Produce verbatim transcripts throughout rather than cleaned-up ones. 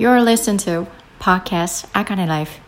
You're listening to Podcast Akane Life.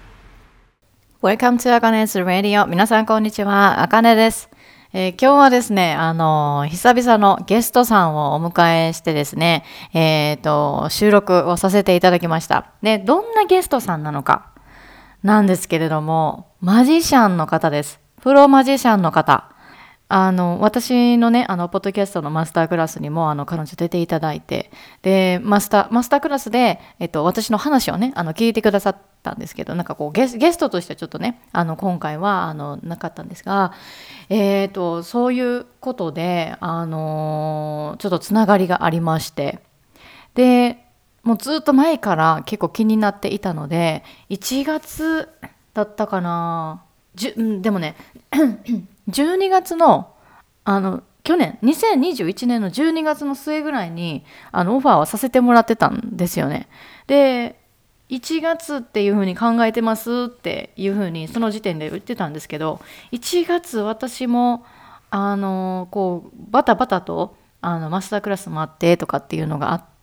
Welcome to Akane's Radio. 皆さんこんにちは。あかねです。えー、今日はですね、あのー、久々のゲストさんをお迎えしてですね、えっと、収録をさせていただきました。で、どんなゲストさんなのかなんですけれども、マジシャンの方です。プロマジシャンの方。あの、私のね、あの、ポッドキャストのマスタークラスにも、あの、彼女出ていただいて、で、マスター、マスタークラスで、えっと、私の話をね、あの、聞いてくださったんですけど、なんかこう、ゲス、ゲストとしてちょっとね、あの、今回は、あの、なかったんですが、えっと、そういうことで、あの、ちょっとつながりがありまして、で、もうずっと前から結構気になっていたので、いちがつだったかな、じゅうんでもね、じゅうにがつの、あの、去年、にせんにじゅういちねんのじゅうにがつの末ぐらいに、あの、オファーをさせてもらってたんですよね。で、いちがつっていう風に考えてますっていう風に、その時点で言ってたんですけど、いちがつ私も、あの、こう、バタバタと、あの、マスタークラスもあってとかっていうのがあって、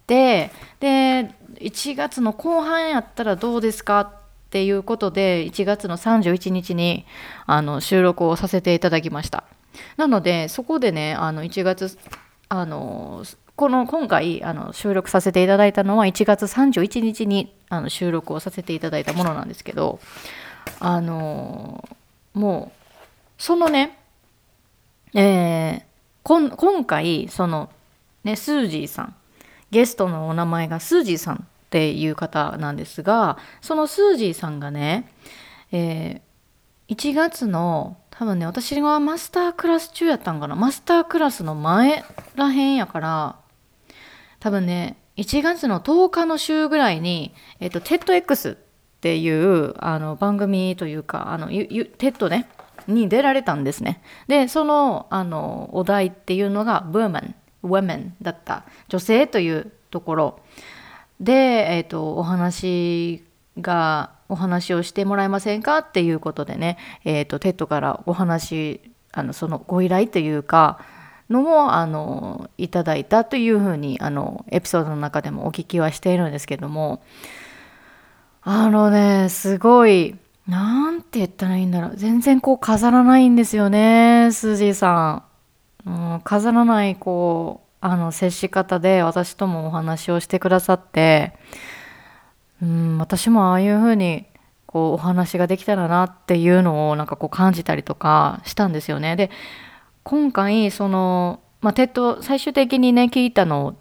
で、いちがつの後半やったらどうですかっていうことで、いちがつのさんじゅういちにちにあの収録をさせていただきました。なので、そこでね、あのいちがつ、あのこの今回あの収録させていただいたのはいちがつさんじゅういちにちにあの収録をさせていただいたものなんですけど、あのもうそのね、えー、こん今回そのね、スージーさん、ゲストのお名前がスージーさんっていう方なんですが、そのスージーさんがね、えーいちがつの多分ね、私がマスタークラス中やったんかな、マスタークラスの前らへんやから、多分ね、いちがつのとおかの週ぐらいに、えっと、テッドエックス っていうあの番組というか、あの、ゆゆテッドね、に出られたんですね。で、その、あの、お題っていうのが、women、women だった。女性というところで、えっと、お話が、お話をしてもらえませんかっていうことでね、えっと、テッドからお話、あの、そのご依頼というか、のも、あの、いただいたというふうに、あの、エピソードの中でもお聞きはしているんですけども、あのね、すごい、なんて言ったらいいんだろう。全然こう飾らないんですよね、スージーさん。うん、飾らない、こう、あの、接し方で私ともお話をしてくださって、うん、私もああいうふうに、こう、お話ができたらなっていうのをなんかこう感じたりとかしたんですよね。で、今回、その、まあ、テッド、最終的にね、聞いたのって、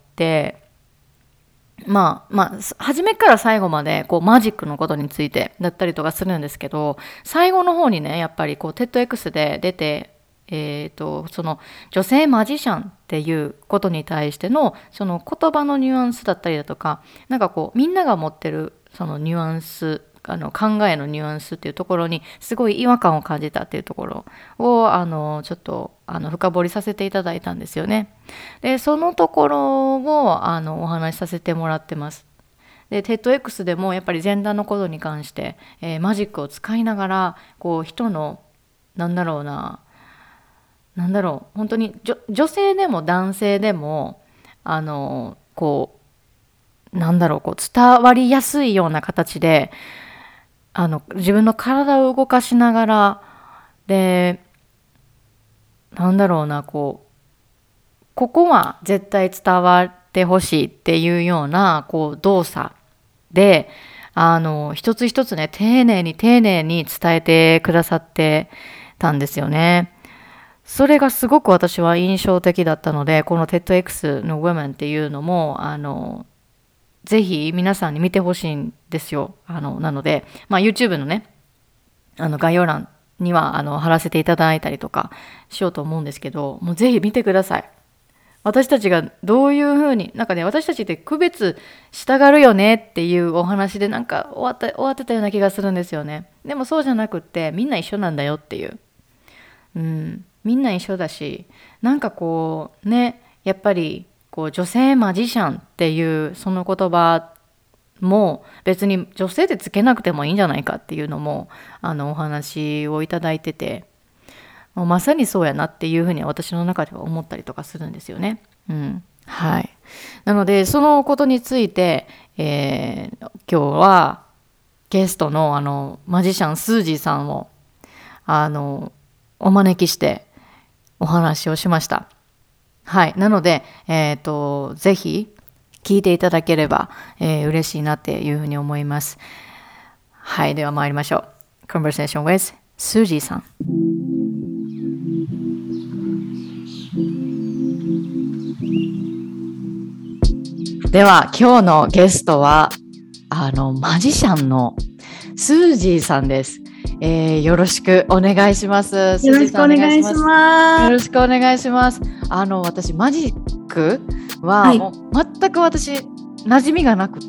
まあ、まあ、初めから最後まで、こう、マジックのことについてだったりとかするんですけど、最後の方にね、やっぱりこう、テッド X で出て、えっと、その、女性マジシャンっていうことに対しての、その言葉のニュアンスだったりだとか、なんかこう、みんなが持ってる、そのニュアンス、あの考えのニュアンスっていうところにすごい違和感を感じたっていうところをあのちょっとあの深掘りさせていただいたんですよね。で、そのところをあのお話しさせてもらってます。で、テッド X でもやっぱり前段のことに関して、えーマジックを使いながらこう人のなんだろうな、なんだろう、本当に女女性でも男性でもあのこうなんだろう、こう伝わりやすいような形であの自分の体を動かしながら、で、なんだろうな、こうここは絶対伝わってほしいっていうようなこう動作で、あの一つ一つね、丁寧に丁寧に伝えてくださってたんですよね。それがすごく私は印象的だったので、この テッドエックス の Women っていうのもあのぜひ皆さんに見てほしいんですよ。あのなので、まあ、YouTube のね、あの概要欄にはあの貼らせていただいたりとかしようと思うんですけど、もうぜひ見てください。私たちがどういうふうに、なんかね、私たちって区別したがるよねっていうお話でなんか終わった、終わってたような気がするんですよね。でもそうじゃなくって、みんな一緒なんだよっていう。うん、みんな一緒だし、なんかこう、ね、やっぱり、こう、女性マジシャンっていうその言葉も別に女性でつけなくてもいいんじゃないかっていうのも、あの、お話をいただいてて、もうまさにそうやなっていうふうに私の中では思ったりとかするんですよね。うん。はい。なので、そのことについて、 えー、今日はゲストのあのマジシャンスージーさんをあのお招きしてお話をしました。はい。なので、えっと、ぜひ聞いていただければ、えー、嬉しいなっていうふうに思います。はい。では参りましょう。Conversation with スージーさん。では、今日のゲストは、あの、マジシャンのスージーさんです。えー、よろしくお願いします。 よろしくお願いします。 よろしくお願いします。あの、私、マジックは、もう全く私、馴染みがなくって、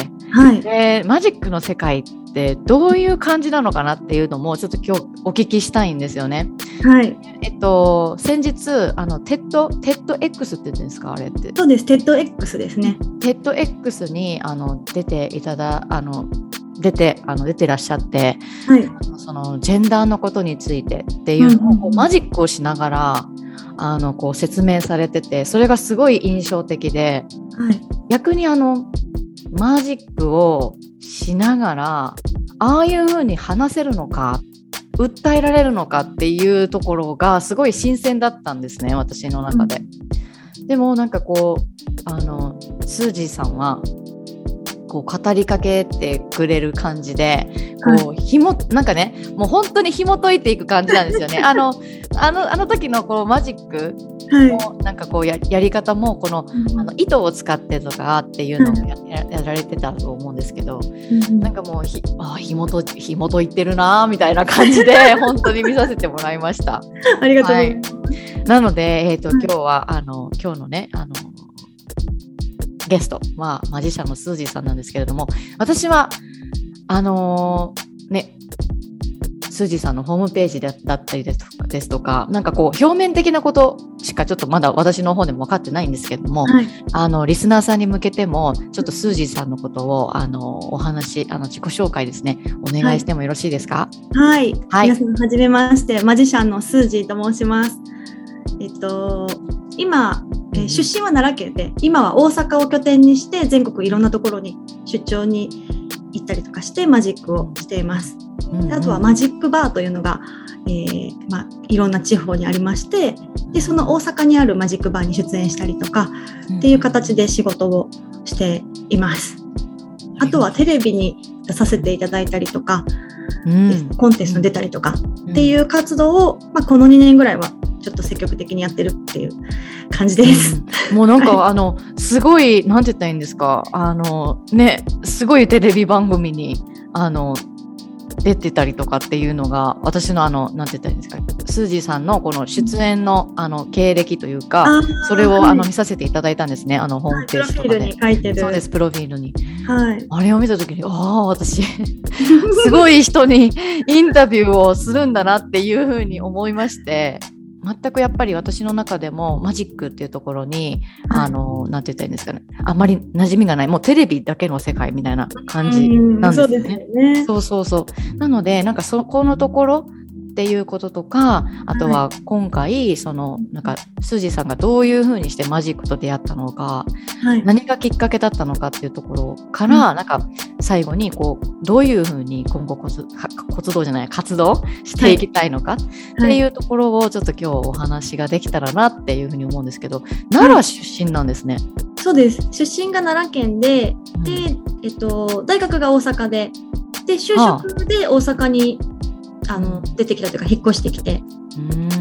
はい、で、マジックの世界ってどういう感じなのかなっていうのも、ちょっと今日お聞きしたいんですよね。はい。えっと、先日、あの、テッド、テッド X って言ってるんですか、あれって。 そうです、テッド X ですね。 テッド X に、あの、出ていただ、あの、出てあの出てらっしゃって、はい、あのそのジェンダーのことについてっていうのをこうマジックをしながらあのこう説明されてて、それがすごい印象的で、はい、逆にあのマジックをしながらああいう風に話せるのか訴えられるのかっていうところがすごい新鮮だったんですね、私の中で。うん、でもなんかこうあのスージーさんはこう語りかけてくれる感じで、こうひもなんかね、もう本当に紐解いていく感じなんですよね。あのあのあの時のこうマジックのなんかこう や, やり方もこの、うん、あの糸を使ってとかっていうのを や,、うん、やられてたと思うんですけど、うん、なんかもうひあ紐と紐解いてるなみたいな感じで本当に見させてもらいました。 ありがとうございます。はい、 なので、えーと、今日はあの今日のねあのゲストはマジシャンのスージーさんなんですけれども、私はあのー、ねスージーさんのホームページだったりですとか、ですとかなんかこう表面的なことしかちょっとまだ私の方でも分かってないんですけども、はい、あのリスナーさんに向けてもちょっとスージーさんのことをあのお話あの自己紹介ですねお願いしてもよろしいですか？ はい、はい、皆さんはじめまして、マジシャンのスージーと申します。えっと今えー、出身は奈良県で、今は大阪を拠点にして全国いろんなところに出張に行ったりとかしてマジックをしています。うんうん、あとはマジックバーというのが、えーまあ、いろんな地方にありまして、でその大阪にあるマジックバーに出演したりとかっていう形で仕事をしています。あとはテレビに出させていただいたりとか、うん、コンテストに出たりとかっていう活動を、まあ、このにねんぐらいはちょっと積極的にやってるっていう感じです。 うん、もうなんか、はい、あのすごいなんて言ったらいいんですか、あのねすごいテレビ番組にあの出てたりとかっていうのが私のあのなんて言ったらいいんですか、スージーさんのこの出演のあの経歴というか、それを、はい、あの見させていただいたんですね、あのホームページとかで、はい、 プロフィールに書いてる。 そうです、プロフィールに、はい、あれを見た時にああ私すごい人にインタビューをするんだなっていうふうに思いまして、全くやっぱり私の中でもマジックっていうところに、はい、あのなんて言ったらいいんですかね、あまり馴染みがない、もうテレビだけの世界みたいな感じなんですよね。そうですよね。そうそうそう。なのでなんかそこのところっていうこととか、あとは今回そのなんかスージーさんがどういうふうにしてマジックと出会ったのか、はい、何がきっかけだったのかっていうところから、うん、なんか最後にこうどういうふうに今後活動じゃない活動していきたいのかっていうところをちょっと今日お話ができたらなっていうふうに思うんですけど、奈良出身なんですね。 そうです。出身が奈良県で、うん、で、えっと、大学が大阪で、で就職で大阪にあの出てきたというか引っ越してきて、うん、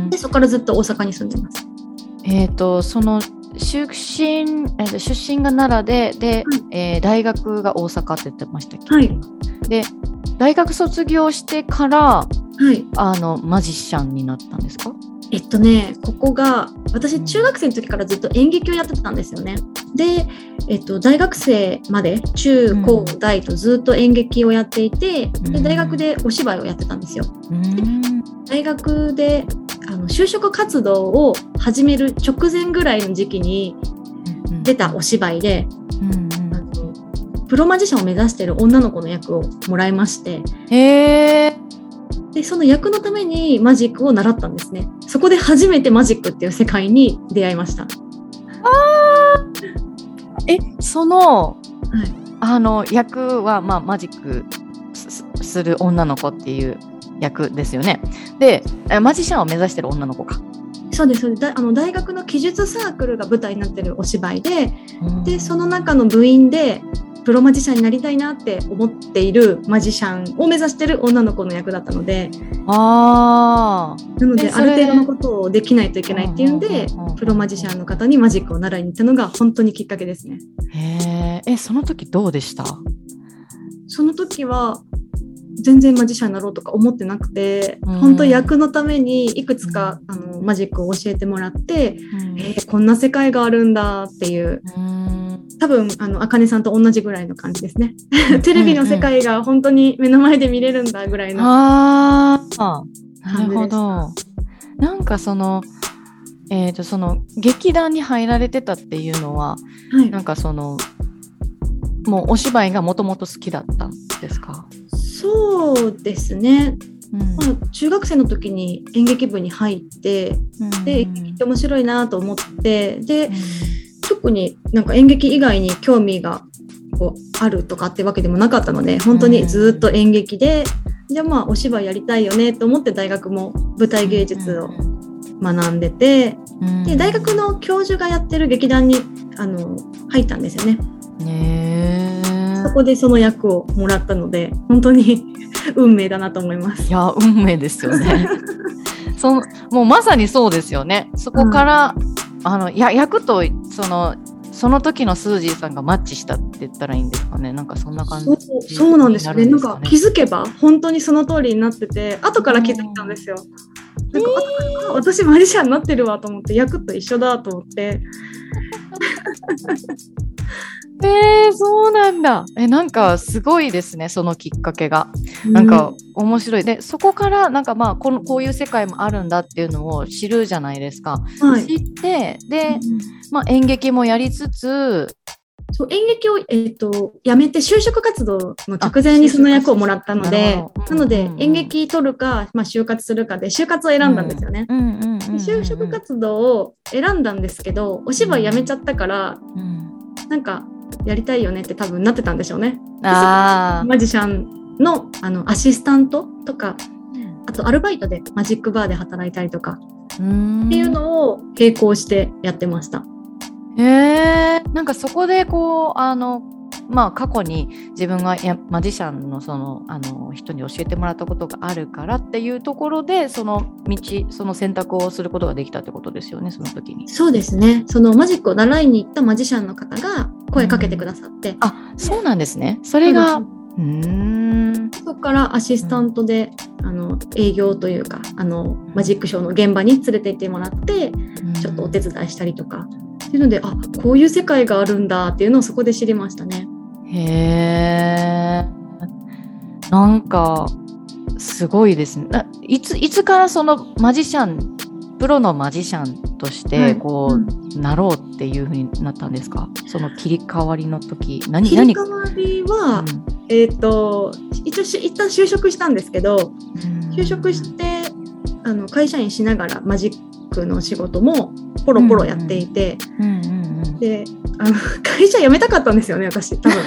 でそこからずっと大阪に住んでます。 えーと、その出身、えー、出身が奈良で、で、はい、えー、大学が大阪って言ってましたっけ？はい。で大学卒業してから、はい、あのマジシャンになったんですか？ えっとね、ここが私中学生の時からずっと演劇をやってたんですよね。で、えっと、大学生まで中高大とずっと演劇をやっていて、うん、で大学でお芝居をやってたんですよ。うん、で大学であの就職活動を始める直前ぐらいの時期に出たお芝居で、うんうん、あのプロマジシャンを目指している女の子の役をもらいまして、へー。でその役のためにマジックを習ったんですね。そこで初めてマジックっていう世界に出会いました。 あえその、はい、 あの役は、まあ、マジック す, する女の子っていう役ですよね。でマジシャンを目指してる女の子か。 そうですそうです。だあの大学の記述サークルが舞台になってるお芝居で、でその中の部員でプロマジシャンになりたいなって思っているマジシャンを目指してる女の子の役だったので、 あなのである程度のことをできないといけないっていうんで、プロマジシャンの方にマジックを習いに行ったのが本当にきっかけですね。 へえ、その時どうでした？ その時は全然マジシャンになろうとか思ってなくて、 うん、 本当役のためにいくつか、うん、あのマジックを教えてもらって、うん、えー、こんな世界があるんだっていう、うん、多分あの茜さんと同じぐらいの感じですね。テレビの世界が本当に目の前で見れるんだぐらいの感じでした。あー、 なるほど。なんかその、えーと、その劇団に入られてたっていうのは、はい、なんかそのもうお芝居がもともと好きだったんですか？ そうですね、うん、まあ、中学生の時に演劇部に入って、うん、で演劇って面白いなと思ってで、うん、特になんか演劇以外に興味がこうあるとかってわけでもなかったので、本当にずっと演劇で、うん、でまあお芝居やりたいよねと思って大学も舞台芸術を学んでて、うん、で大学の教授がやってる劇団にあの入ったんですよね。 へー、 そこでその役をもらったので本当に運命だなと思います。 いや運命ですよねそもうまさにそうですよね。そこから、うん、あのや役とそのその時のスージーさんがマッチしたって言ったらいいんですかね。なんかそんな感じ。 そう、そうなんですよね。なんか気づけば本当にその通りになってて、後から気づいたんですよ。なんか後から私マジシャンになってるわと思って、役と一緒だと思ってえー、そうなんだ。え、なんかすごいですね、そのきっかけが。なんか面白い。で、そこからなんかまあこのこういう世界もあるんだっていうのを知るじゃないですか。はい、知ってで、まあ、演劇もやりつつ、 そう演劇を、えーと、やめて就職活動の直前にその役をもらったので、なので演劇取るか、まあ、就活するかで就活を選んだんですよね。就職活動を選んだんですけど、お芝居やめちゃったから、うん、なんかやりたいよねって多分なってたんでしょうね。あマジシャン の, あのアシスタントとか、あとアルバイトでマジックバーで働いたりとかっていうのを並行してやってました。 へー、なんかそこでこうあのまあ過去に自分がやマジシャンのそのあの人に教えてもらったことがあるからっていうところでその道その選択をすることができたってことですよね、その時に。 そうですね。そのマジックを習いに行ったマジシャンの方が声かけてくださって、うん、 あ、そうなんですね。それがうーんそこからアシスタントで、うん、あの営業というかあのマジックショーの現場に連れて行ってもらって、うん、ちょっとお手伝いしたりとかっていうので、あ、こういう世界があるんだっていうのをそこで知りましたね。 へー、なんかすごいですね。いつ、いつからそのマジシャンプロのマジシャンとしてこう、はい、うん、なろうっていう風になったんですか？その切り替わりの時。何切り替わりは、うん、えーと、一応一旦就職したんですけど、うん、就職してあの会社員しながらマジックの仕事もポロポロやっていて、であの会社辞めたかったんですよね、私多分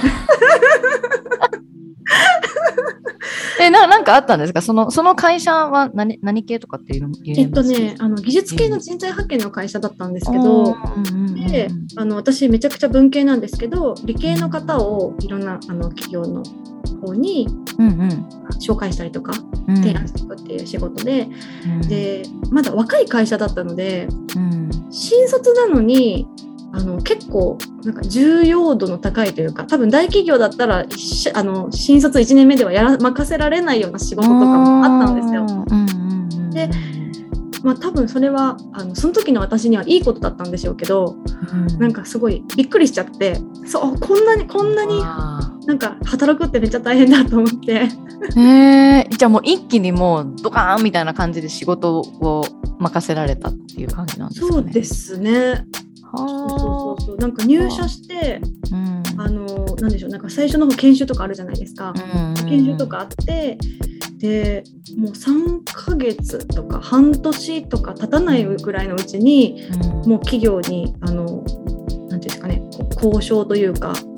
えな, なんかあったんですか？その、その会社は 何, 何系とかっていうの？ えっとね、あの技術系の人材派遣の会社だったんですけど、であの私めちゃくちゃ文系なんですけど、理系の方をいろんなあの企業の方に紹介したりとか、うんうん、提案していくっていう仕事で、うん、でまだ若い会社だったので、うん、新卒なのにあの結構なんか重要度の高いというか、多分大企業だったらあの新卒いちねんめではやら任せられないような仕事とかもあったんですよ。で、まあ、多分それはあのその時の私にはいいことだったんでしょうけど、うん、なんかすごいびっくりしちゃって、そうこんなにこんなになんか働くってめっちゃ大変だと思ってへー、じゃあもう一気にもうドカーンみたいな感じで仕事を任せられたっていう感じなんですかね？ そうですね。そうそうそう、なんか入社して、うん、あのなんでしょう、なんか最初の方研修とかあるじゃないですか、うんうん、研修とかあって、でもうさんかげつとか半年とか経たないぐらいのうちに、うん、もう企業にあのなんていうんですかね、交渉というか、うん、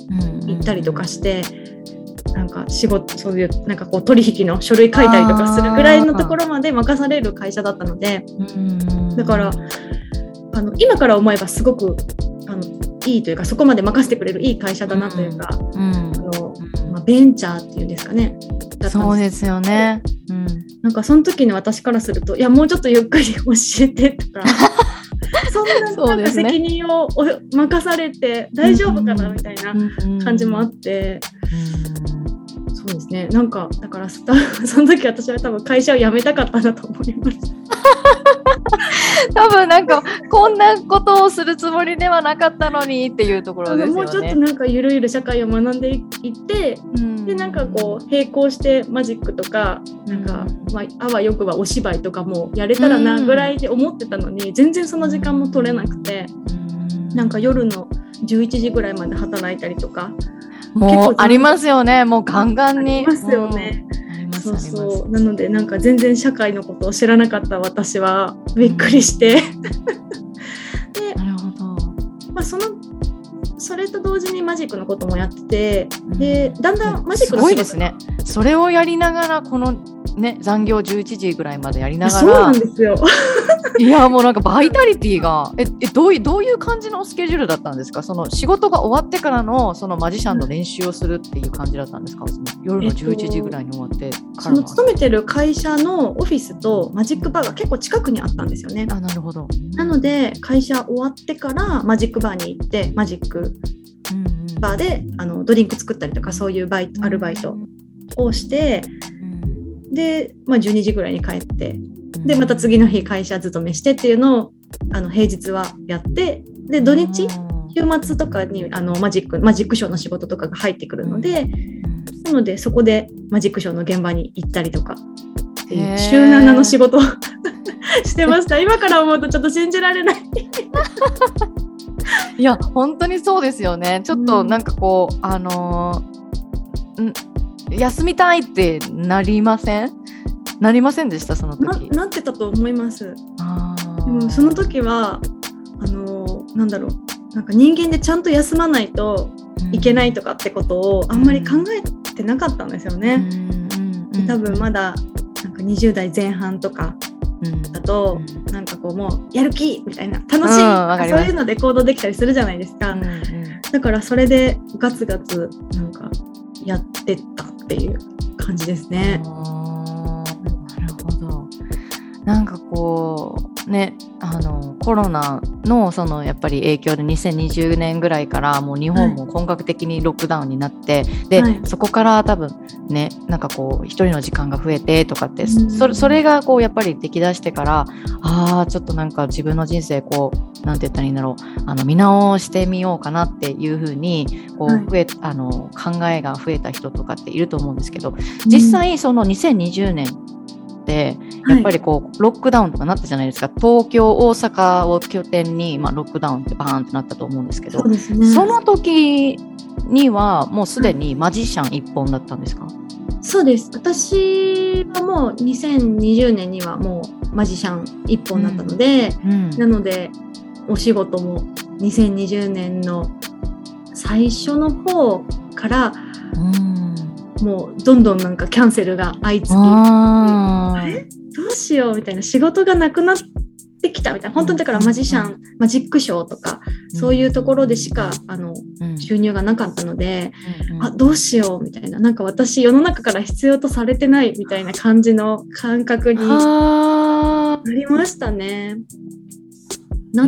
行ったりとかして、うん、なんか仕事そういうなんかこう取引の書類書いたりとかするぐらいのところまで任される会社だったので、だからあの今から思えばすごくあのいいというか、そこまで任せてくれるいい会社だなというか、うんうん、あのまあ、ベンチャーっていうんですかね、だったんです。 そうですよね、うん、なんかその時の私からすると、いやもうちょっとゆっくり教えてとかそんななんか責任を任されて大丈夫かなみたいな感じもあって、うんうん、そうですね、なんかだからその時私は多分会社を辞めたかったなと思います多分なんかこんなことをするつもりではなかったのにっていうところですよね。 もうちょっとなんかゆるゆる社会を学んでいって、うん、でなんかこう並行してマジックとか、なんか、まあ、あわよくばお芝居とかもやれたらなぐらいで思ってたのに、うん、全然その時間も取れなくて、うん、なんか夜のじゅういちじぐらいまで働いたりとかもうありますよね。もうガンガンにありますよね。そうそう、なのでなんか全然社会のことを知らなかった私はびっくりして、うん、で、 なるほど、 まあ、そのそれと同時にマジックのこともやってて、うん、でだんだんマジックの仕事がすごいですね。それをやりながらこのね残業じゅういちじぐらいまでやりながら、 そうなんですよいやもうなんかバイタリティがええどういうどういう感じのスケジュールだったんですか？その仕事が終わってからのそのマジシャンの練習をするっていう感じだったんですか？その夜のじゅういちじぐらいに終わってから、 えっと、その勤めてる会社のオフィスとマジックバーが結構近くにあったんですよね。 あ、なるほど。 なので会社終わってからマジックバーに行ってマジックバーであのドリンク作ったりとかそういうバイトアルバイトをして、うん、で、まあ、じゅうにじぐらいに帰ってでまた次の日会社勤めしてっていうのをあの平日はやって、で土日週末とかにあのマジックマジックショーの仕事とかが入ってくるので、なのでそこでマジックショーの現場に行ったりとかっていう週ななの仕事をしてました。今から思うとちょっと信じられないいや本当にそうですよね。ちょっとなんかこう、うん、あのー、ん休みたいってなりません？なりませんでしたその時？ な, なってたと思います。あでもその時はあのー、なんだろうなんか人間でちゃんと休まないといけないとかってことをあんまり考えてなかったんですよね。で多分まだなんかにじゅう代前半とかだと、うん、なんかこうもうやる気みたいな楽しい、うん、そういうので行動できたりするじゃないですか、うんうん、だからそれでガツガツなんかやってったっていう感じですね。 あ、なるほど。なんかこうねあのコロナのそのやっぱり影響でにせんにじゅうねんぐらいからもう日本も本格的にロックダウンになって、はい、で、はい、そこから多分ねなんかこう一人の時間が増えてとかって、うん、そ, それがこうやっぱり出来出してからあちょっとなんか自分の人生こうなんて言ったらいいんだろうあの見直してみようかなっていう風にこう増え、はい、あの考えが増えた人とかっていると思うんですけど、実際そのにせんにじゅうねんでやっぱりこうロックダウンとかなったじゃないですか。東京大阪を拠点に、まあ、ロックダウンってバーンってなったと思うんですけど、 そうですね、その時にはもうすでにマジシャン一本だったんですか？ そうです。私はもうにせんにじゅうねんにはもうマジシャン一本だったので、うんうん、なのでお仕事もにせんにじゅうねんの最初の方から、うんもうどんどんなんかキャンセルが相次ぎ、あえどうしようみたいな、仕事がなくなってきたみたいな、本当にだからマジシャン、うん、マジックショーとか、うん、そういうところでしかあの、うん、収入がなかったので、うん、あどうしようみたいな、なんか私世の中から必要とされてないみたいな感じの感覚になりましたね。なって、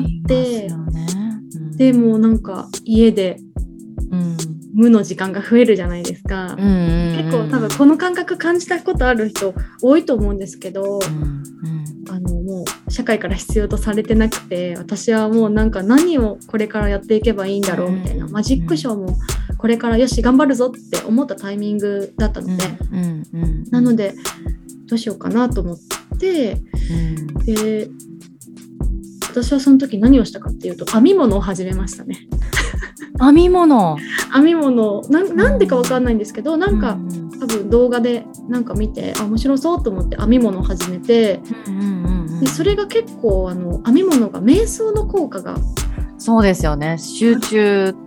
ねうん、でもなんか家で、うん無の時間が増えるじゃないですか、うんうんうん、結構多分この感覚感じたことある人多いと思うんですけど、うんうん、あのもう社会から必要とされてなくて、私はもうなんか何をこれからやっていけばいいんだろうみたいな、マジックショーもこれからよし頑張るぞって思ったタイミングだったので、うんうんうん、なのでどうしようかなと思って、うん、で私はその時何をしたかっていうと編み物を始めましたね。 編み物編み物 な, なんでか分かんないんですけど、なんか、うん、多分動画でなんか見てあ面白そうと思って編み物を始めて、うんうんうん、でそれが結構あの編み物が瞑想の効果がそうですよね、集中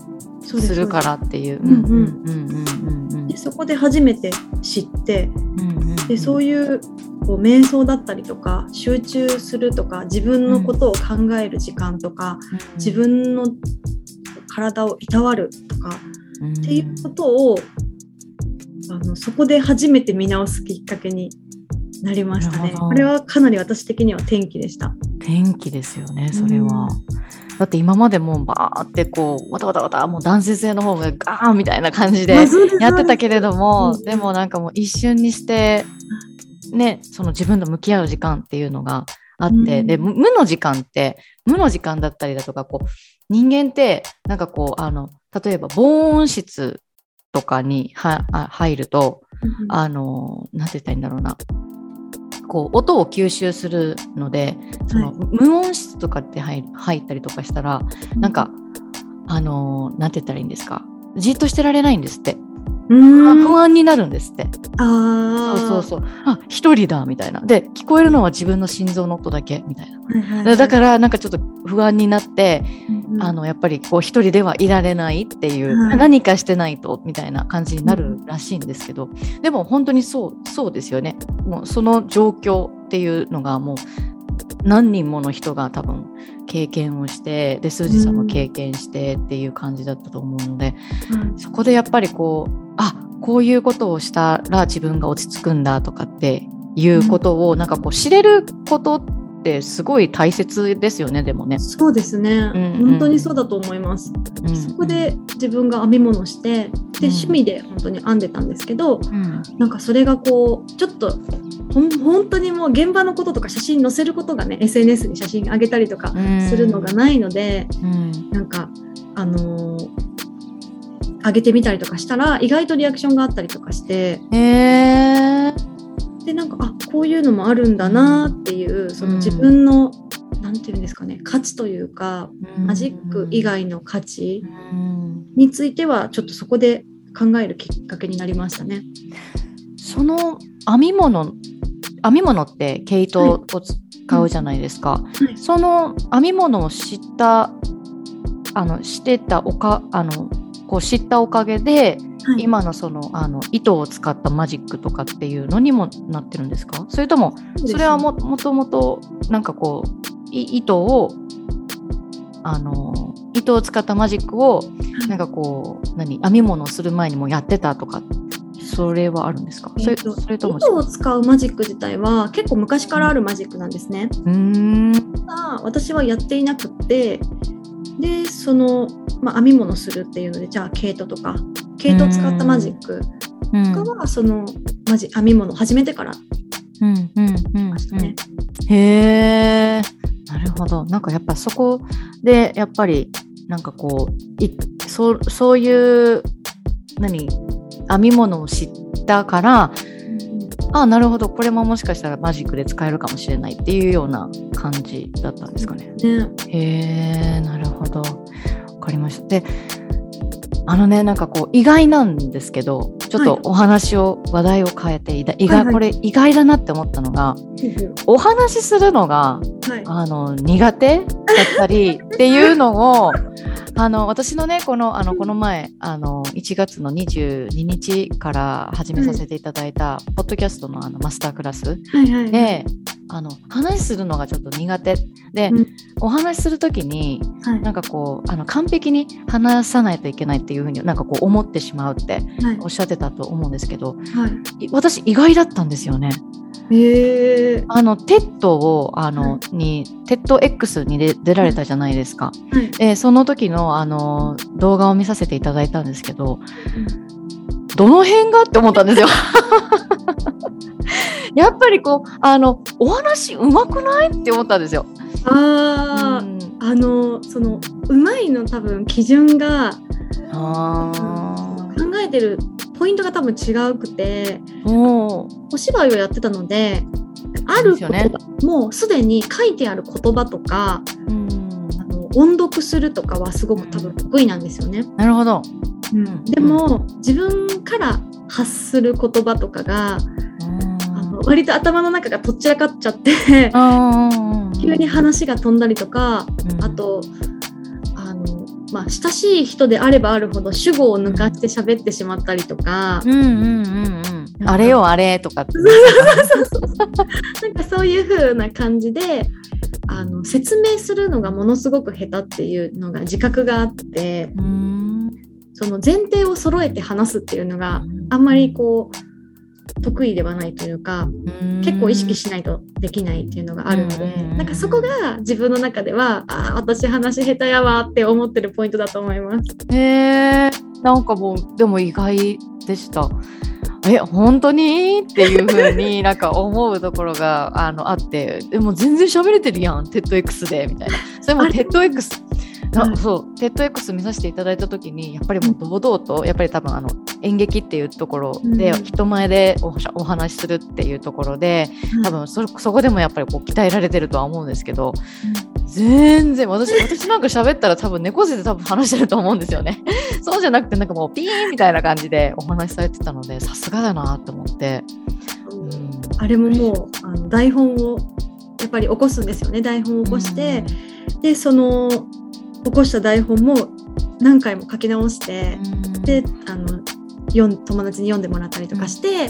するからっていう。 でそこで初めて知って、でそういうこう瞑想だったりとか集中するとか自分のことを考える時間とか、うん、自分の体をいたわるとか、うん、っていうことをあのそこで初めて見直すきっかけになりましたね。これはかなり私的には転機でした。 転機ですよね、それは。うん、だって今までもバーってこうわたわたわたもう男性性の方がガーンみたいな感じでやってたけれども、うん、でもなんかもう一瞬にしてね、その自分と向き合う時間っていうのがあって、うん、で無の時間って無の時間だったりだとか、こう人間ってなんかこうあの例えば防音室とかには入ると、うん、あのなんて言ったらいいんだろうな、こう音を吸収するので、その、はい、無音室とかって入ったりとかしたら、うん、なんかあのなんて言ったらいいんですか、じっとしてられないんですって。うーん、不安になるんですって。 あそうそうそう、あ一人だみたいな、で聞こえるのは自分の心臓の音だけみたいな、はいはいはい、だからなんかちょっと不安になって、うん、あのやっぱりこう一人ではいられないっていう、はい、何かしてないとみたいな感じになるらしいんですけど、うん、でも本当にそうそうですよね。もうその状況っていうのがもう何人もの人が多分経験をして、でスージさんも経験してっていう感じだったと思うので、うん、そこでやっぱりこうあこういうことをしたら自分が落ち着くんだとかっていうことを、うん、なんかこう知れることってすごい大切ですよね。でもね、 そうですね、うんうん、本当にそうだと思います、うんうん、そこで自分が編み物して、で趣味で本当に編んでたんですけど、うん、なんかそれがこうちょっと本当にもう現場のこととか写真載せることがね エスエヌエス に写真上げたりとかするのがないので、うん、なんかあのー、上げてみたりとかしたら意外とリアクションがあったりとかして、 えー、 でなんかあこういうのもあるんだなっていう、その自分の、うん、なんていうんですかね、価値というか、うん、マジック以外の価値についてはちょっとそこで考えるきっかけになりましたね。 その編み物編み物って毛糸を使うじゃないですか、はいはい、その編み物を知ったあのしてたおかあのこう知ったおかげで、はい、今のそのあの糸を使ったマジックとかっていうのにもなってるんですか？それともそれは も, もともとなんかこう糸をあの糸を使ったマジックをなんかこう何編み物をする前にもやってたとか、それはあるんですか？ えー、とそれとも糸を使うマジック自体は結構昔からあるマジックなんですね。 うーん、 ただ私はやっていなくって、でその、まあ、編み物するっていうので、じゃあ毛糸とか毛糸を使ったマジックとかはそのマジ編み物を始めてからましたね。 へー、なるほど。なんかやっぱそこでやっぱりなんかこうい そ, そういう何編み物を知ったから、うん、あなるほどこれももしかしたらマジックで使えるかもしれないっていうような感じだったんですかね。 ね、 へー、なるほど、わかりました。であのね、なんかこう意外なんですけど、ちょっとお話を、はい、話題を変えて意外、はいはい、これ意外だなって思ったのが、はい、お話しするのが、はい、あの苦手だったりっていうのをあの私のねこの、あのこの前あのいちがつのにじゅうににちから始めさせていただいた、はい、ポッドキャスト の, あのマスタークラスで、はいはいはい、あの話するのがちょっと苦手で、うん、お話しするときに、はい、なんかこうあの完璧に話さないといけないっていうふうになんかこう思ってしまうっておっしゃってたと思うんですけど、はい、私意外だったんですよね。 へー、 あのテッドをあの、はい、にテッド X に 出, 出られたじゃないですか、はい、えー、その時の、あの動画を見させていただいたんですけど、うん、どの辺がって思ったんですよやっぱりこうあのお話うまくないって思ったんですよ。 あ、うん、あのそのうまいの多分基準があ考えてるポイントが多分違うくて、お, お芝居をやってたのである言葉、ね、もうすでに書いてある言葉とか、うん、あの音読するとかはすごく多分得意なんですよね。 なるほど、 うん、でも、うん、自分から発する言葉とかが、うん、あの割と頭の中がとっちらかっちゃって急に話が飛んだりとか、うん、あとあのまあ、親しい人であればあるほど主語を抜かして喋ってしまったりとか、 うんうんうんうん、あれよあれとかってなんかそういう風な感じであの説明するのがものすごく下手っていうのが自覚があって、 うーん、 その前提を揃えて話すっていうのがあんまりこう得意ではないというか、結構意識しないとできないっていうのがあるので、なんかそこが自分の中ではあ私話下手やわって思ってるポイントだと思います。 へー、なんかもうでも意外でした。え本当にっていう風になんか思うところがあのあって、でも全然喋れてるやん テッドエックス でみたいな。それも テッドエックスな、そう テッドエックス 見させていただいた時にやっぱりもう堂々とやっぱり多分あの演劇っていうところで、うん、人前で お, お話しするっていうところで多分 そ, そこでもやっぱりこう鍛えられてるとは思うんですけど、うん、全然 私, 私なんか喋ったら多分猫背で多分話してると思うんですよねそうじゃなくてなんかもうピーンみたいな感じでお話しされてたのでさすがだなと思って、 うん、あれももうあの台本をやっぱり起こすんですよね。台本を起こして、うん、でその起こした台本も何回も書き直して、うん、であの友達に読んでもらったりとかして、うん、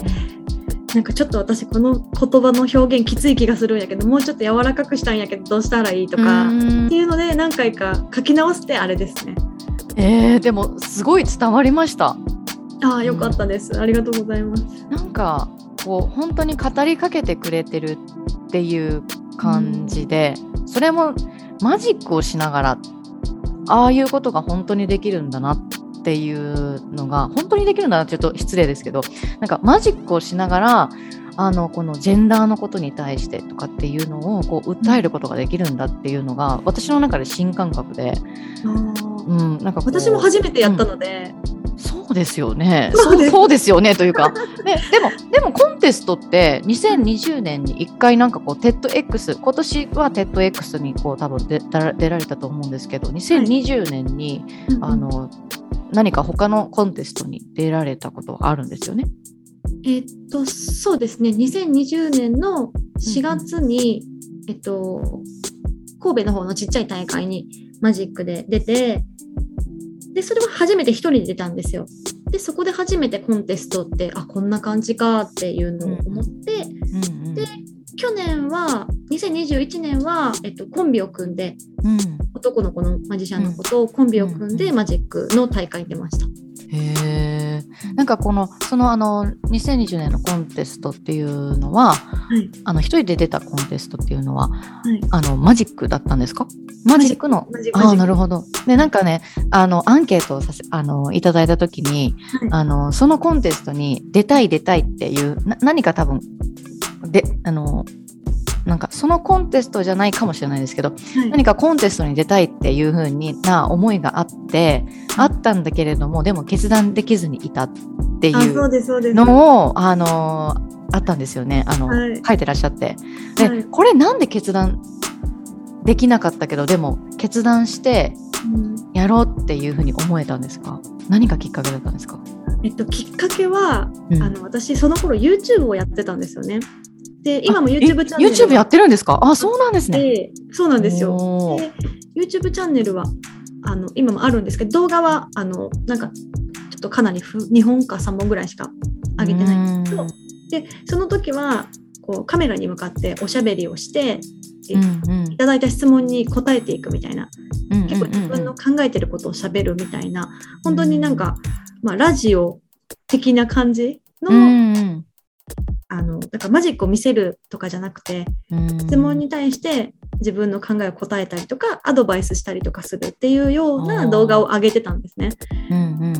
なんかちょっと私この言葉の表現きつい気がするんやけどもうちょっと柔らかくしたんやけどどうしたらいいとか、うん、っていうので何回か書き直してあれですね。 えー、でもすごい伝わりました。 ああよかったです、うん、ありがとうございます。 なんかこう本当に語りかけてくれてるっていう感じで、うん、それもマジックをしながらああいうことが本当にできるんだなっていうのが本当にできるんだなってちょっと失礼ですけど、なんかマジックをしながらあのこのジェンダーのことに対してとかっていうのをこう訴えることができるんだっていうのが私の中で新感覚で、うん、なんか私も初めてやったので、 うん、そうですよねそうです、そうですよねというか、ね、でもでもコンテストってにせんにじゅうねんにいっかいなんかこう テッドエックス 今年は テッドエックス にこう多分出られたと思うんですけどにせんにじゅうねんに、はい、あの何か他のコンテストに出られたことはあるんですよね。 えっとそうですねにせんにじゅうねんのしがつに、うん、えっと神戸の方のちっちゃい大会にマジックで出て、でそれは初めて一人で出たんですよ。でそこで初めてコンテストってあこんな感じかっていうのを思って、うんうんうん、で去年はにせんにじゅういちねんは、えっと、コンビを組んで、うん、男の子のマジシャンの子とコンビを組んでマジックの大会に出ました。 へー、なんかこのそのあのにせんにじゅうねんのコンテストっていうのは、はい、あの一人で出たコンテストっていうのは、はい、あのマジックだったんですか？マジックのああなるほど。でなんかねあのアンケートをさせあのいただいたときに、はい、あのそのコンテストに出たい出たいっていうな何か多分であのなんかそのコンテストじゃないかもしれないですけど、はい、何かコンテストに出たいっていう風にな思いがあってあったんだけれどもでも決断できずにいたっていうのをあのあったんですよね。あの、はい、書いてらっしゃってで、はい、これなんで決断できなかったけどでも決断してやろうっていう風に思えたんですか？何かきっかけだったんですか？ えっと、きっかけは、うん、あの私その頃 YouTube をやってたんですよね。で今も YouTube チャンネル YouTube やってるんですか？あ、そうなんですね。 でそうなんですよ。で YouTube チャンネルはあの今もあるんですけど動画はあのなんかちょっとかなりにほんかさんぼんぐらいしか上げてないんですけど、でその時はこうカメラに向かっておしゃべりをして、うんうん、いただいた質問に答えていくみたいな、うんうんうんうん、結構自分の考えてることをしゃべるみたいな本当になんか、まあ、ラジオ的な感じの、うんうん、あのだからマジックを見せるとかじゃなくて、うん、質問に対して自分の考えを答えたりとかアドバイスしたりとかするっていうような動画を上げてたんですね。うんうんうん、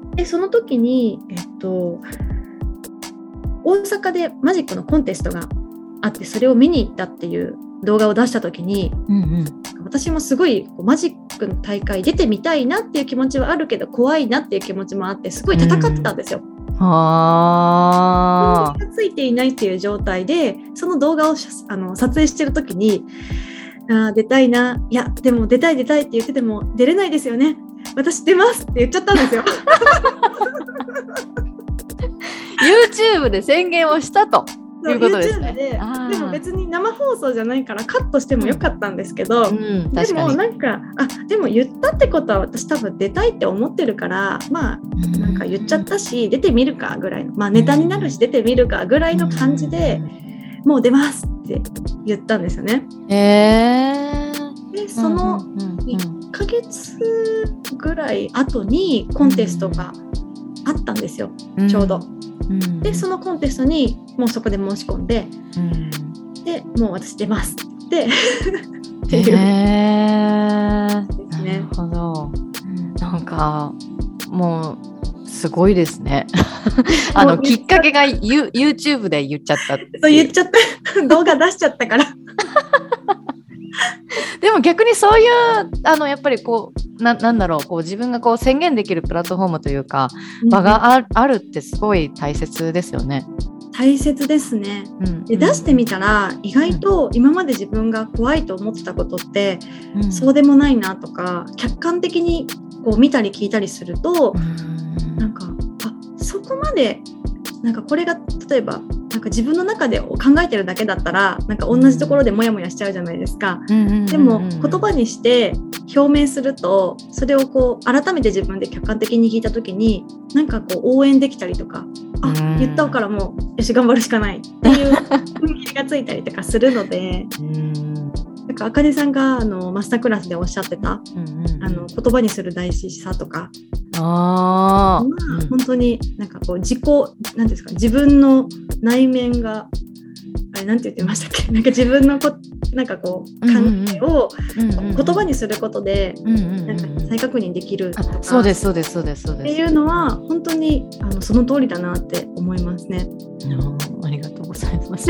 でその時に、えっと、大阪でマジックのコンテストがあってそれを見に行ったっていう動画を出した時に、うんうん、私もすごいマジックの大会出てみたいなっていう気持ちはあるけど怖いなっていう気持ちもあってすごい戦ってたんですよ。うんあがついていないっていう状態でその動画をあの撮影してる時にあ出たいないやでも出たい出たいって言ってても出れないですよね私出ますって言っちゃったんですよ YouTube で宣言をしたということですね。 YouTube で, でも別に生放送じゃないからカットしてもよかったんですけど、うんうん、でもなんかあでも言ったってことは私多分出たいって思ってるからまあなんか言っちゃったし出てみるかぐらいの、まあ、ネタになるし出てみるかぐらいの感じでもう出ますって言ったんですよね。 えー、 でそのいっかげつぐらい後にコンテストがあったんですよ、ちょうど。でそのコンテストにもうそこで申し込んで、でもう私出ますってっていう、 えー、ですね。なるほど。なんかもうすごいですね。あのきっかけが YouTube で言っちゃったって。 そう言っちゃった動画出しちゃったから。 でも逆にそういうあのやっぱりこう な, なんだろうこう自分がこう宣言できるプラットフォームというか場が あ, あるってすごい大切ですよね。 大切ですね、うん、で出してみたら意外と今まで自分が怖いと思ってたことって、うん、そうでもないなとか客観的にこう見たり聞いたりすると、うん、なんかあそこまでなんかこれが例えばなんか自分の中で考えてるだけだったらなんか同じところでモヤモヤしちゃうじゃないですか、うん、でも言葉にして表明するとそれをこう改めて自分で客観的に聞いた時になんかこう応援できたりとかあ言ったからもうよし頑張るしかないっていう雰囲気がついたりとかするのでなんか茜さんがあのマスタークラスでおっしゃってた、うんうんうん、あの言葉にする大事さとかあ、まあ、本当になんかこう自己なんですか自分の内面があれなんて言ってましたっけなんか自分のこなんかこう考えを言葉にすることでなんか再確認できるとか、 そうですそうですそうですそうですっていうのは本当にあのその通りだなって思いますね。 ありがとうございます。